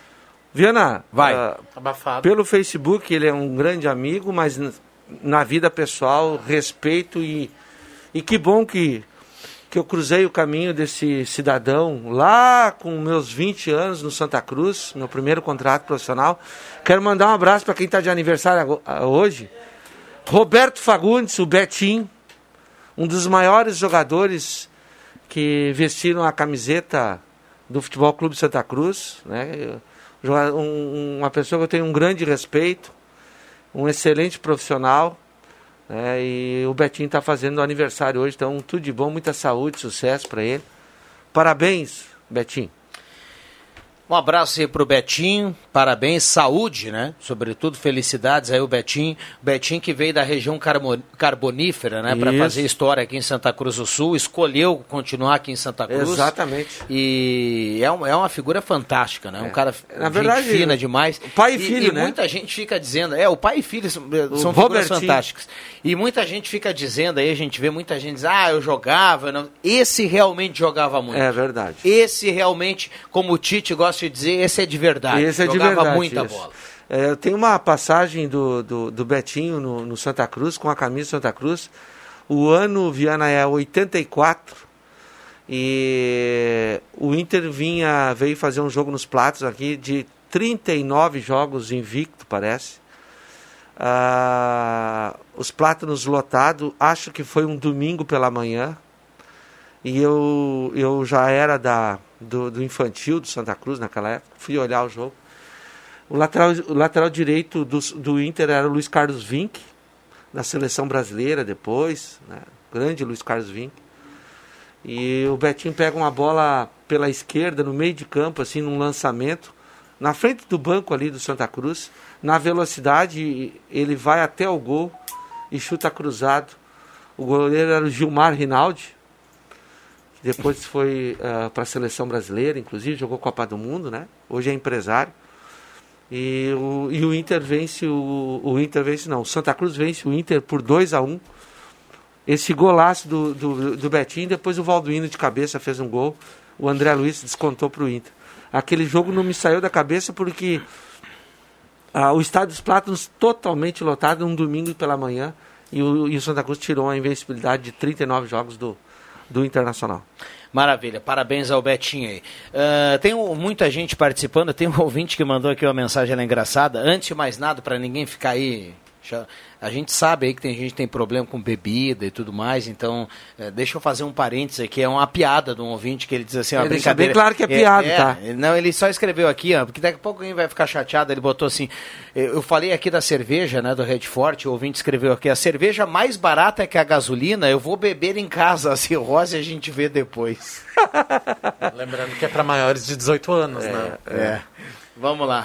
Viana, vai. Abafado. Pelo Facebook ele é um grande amigo, mas na vida pessoal, respeito e que bom que eu cruzei o caminho desse cidadão lá com meus 20 anos no Santa Cruz, meu primeiro contrato profissional. Quero mandar um abraço para quem está de aniversário hoje. Roberto Fagundes, o Betinho, um dos maiores jogadores que vestiram a camiseta do Futebol Clube Santa Cruz, né? Uma pessoa que eu tenho um grande respeito, um excelente profissional, né? E o Betinho está fazendo aniversário hoje, então tudo de bom, muita saúde, sucesso para ele. Parabéns, Betinho. Um abraço aí pro Betinho, parabéns, saúde, né? Sobretudo, felicidades aí o Betinho. Betinho que veio da região carbonífera, né? Para fazer história aqui em Santa Cruz do Sul, escolheu continuar aqui em Santa Cruz. Exatamente. E é uma figura fantástica, né? Um cara, na verdade, fina demais. Pai e filho, né? Muita gente fica dizendo, o pai e filho são figuras Robertinho. fantásticas. E muita gente fica dizendo aí, a gente vê muita gente diz, eu jogava. Não. Esse realmente jogava muito. É verdade. Esse realmente, como o Tite gosta de dizer, esse é de verdade. Esse é de jogava verdade, muita isso. bola. Eu tenho uma passagem do Betinho no Santa Cruz, com a camisa Santa Cruz. O ano, Viana, é 84. E o Inter veio fazer um jogo nos Platos aqui de 39 jogos invicto, parece. Os Plátanos lotado, acho que foi um domingo pela manhã. E eu já era do infantil do Santa Cruz naquela época, fui olhar o jogo. O lateral direito do Inter era o Luiz Carlos Vinck, da seleção brasileira depois, né? Grande Luiz Carlos Vinck. E o Betinho pega uma bola pela esquerda, no meio de campo, assim, num lançamento, na frente do banco ali do Santa Cruz. Na velocidade, ele vai até o gol e chuta cruzado. O goleiro era o Gilmar Rinaldi, que depois foi para a seleção brasileira, inclusive jogou Copa do Mundo, né? Hoje é empresário. E o Inter vence o Santa Cruz vence o Inter por 2-1. Esse golaço do Betinho, depois o Valduino de cabeça fez um gol, o André Luiz descontou para o Inter. Aquele jogo não me saiu da cabeça porque o Estádio dos Plátanos totalmente lotado, um domingo pela manhã, e o Santa Cruz tirou a invencibilidade de 39 jogos do Internacional. Maravilha, parabéns ao Betinho aí. Tem muita gente participando, tem um ouvinte que mandou aqui uma mensagem engraçada. Antes de mais nada, para ninguém ficar aí... A gente sabe aí que tem gente que tem problema com bebida e tudo mais, então deixa eu fazer um parênteses aqui, é uma piada de um ouvinte que ele diz assim, ó, brincadeira. Bem claro que é piada, tá? Não, ele só escreveu aqui, ó, porque daqui a pouco alguém vai ficar chateado, ele botou assim, eu falei aqui da cerveja, né, do Red Forte, o ouvinte escreveu aqui, a cerveja mais barata que a gasolina, eu vou beber em casa, a cirrose a gente vê depois. Lembrando que é para maiores de 18 anos, né? Vamos lá.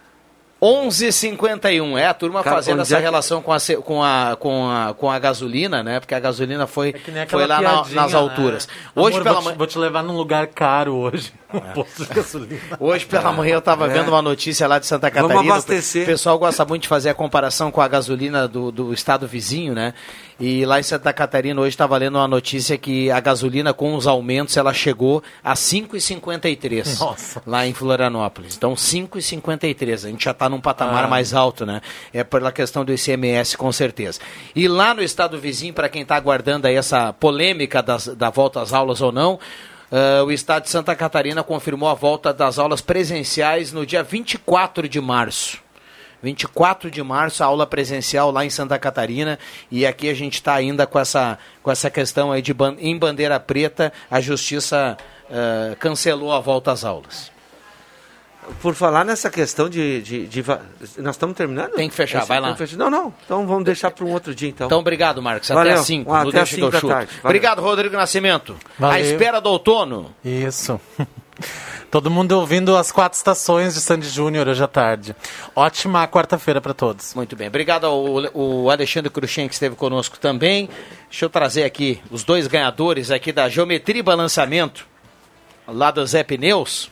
11h51, a turma fazendo essa relação com a gasolina, né? Porque a gasolina foi lá nas alturas. Hoje vou te levar num lugar caro hoje. Posto de gasolina. Hoje pela manhã eu estava vendo uma notícia lá de Santa Catarina. Vamos abastecer. O pessoal gosta muito de fazer a comparação com a gasolina do estado vizinho, né? E lá em Santa Catarina hoje estava lendo uma notícia que a gasolina com os aumentos ela chegou a 5,53. Nossa. Lá em Florianópolis. Então 5,53. A gente já está num patamar mais alto, né? É pela questão do ICMS, com certeza. E lá no estado vizinho, para quem está aguardando aí essa polêmica da volta às aulas ou não, o estado de Santa Catarina confirmou a volta das aulas presenciais no dia 24 de março. 24 de março, a aula presencial lá em Santa Catarina, e aqui a gente está ainda com essa questão aí em bandeira preta, a Justiça cancelou a volta às aulas. Por falar nessa questão nós estamos terminando? Tem que fechar, vai lá. Não, então vamos deixar para um outro dia, então. Então, obrigado, Marcos. Valeu. Até às 5. Até às 5 da tarde. Obrigado, Rodrigo Nascimento. Valeu. À espera do outono. Isso. Todo mundo ouvindo as 4 estações de Sandy Júnior hoje à tarde. Ótima quarta-feira para todos. Muito bem. Obrigado ao Alexandre Cruxem, que esteve conosco também. Deixa eu trazer aqui os 2 ganhadores aqui da Geometria e Balanceamento, lá do Zé Pneus.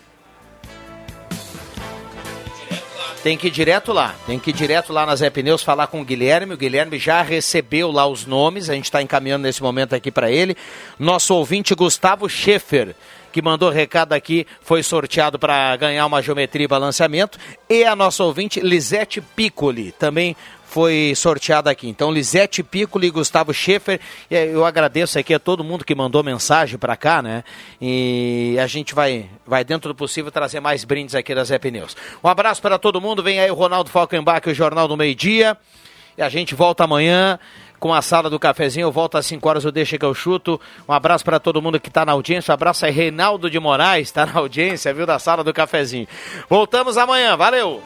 Tem que ir direto lá na Zé Pneus falar com o Guilherme. O Guilherme já recebeu lá os nomes, a gente está encaminhando nesse momento aqui para ele. Nosso ouvinte Gustavo Schaefer, que mandou recado aqui, foi sorteado para ganhar uma geometria e balanceamento. E a nossa ouvinte Lisete Piccoli também foi sorteada aqui. Então, Lisete Piccoli e Gustavo Schaefer, eu agradeço aqui a todo mundo que mandou mensagem para cá, né? E a gente vai dentro do possível trazer mais brindes aqui da Zé Pneus. Um abraço para todo mundo, vem aí o Ronaldo Falkenbach, o Jornal do Meio-Dia, e a gente volta amanhã com a Sala do Cafezinho, eu volto às 5 horas, o Deixa que eu chuto. Um abraço para todo mundo que está na audiência, um abraço aí, Reinaldo de Moraes, está na audiência, viu, da Sala do Cafezinho. Voltamos amanhã, valeu!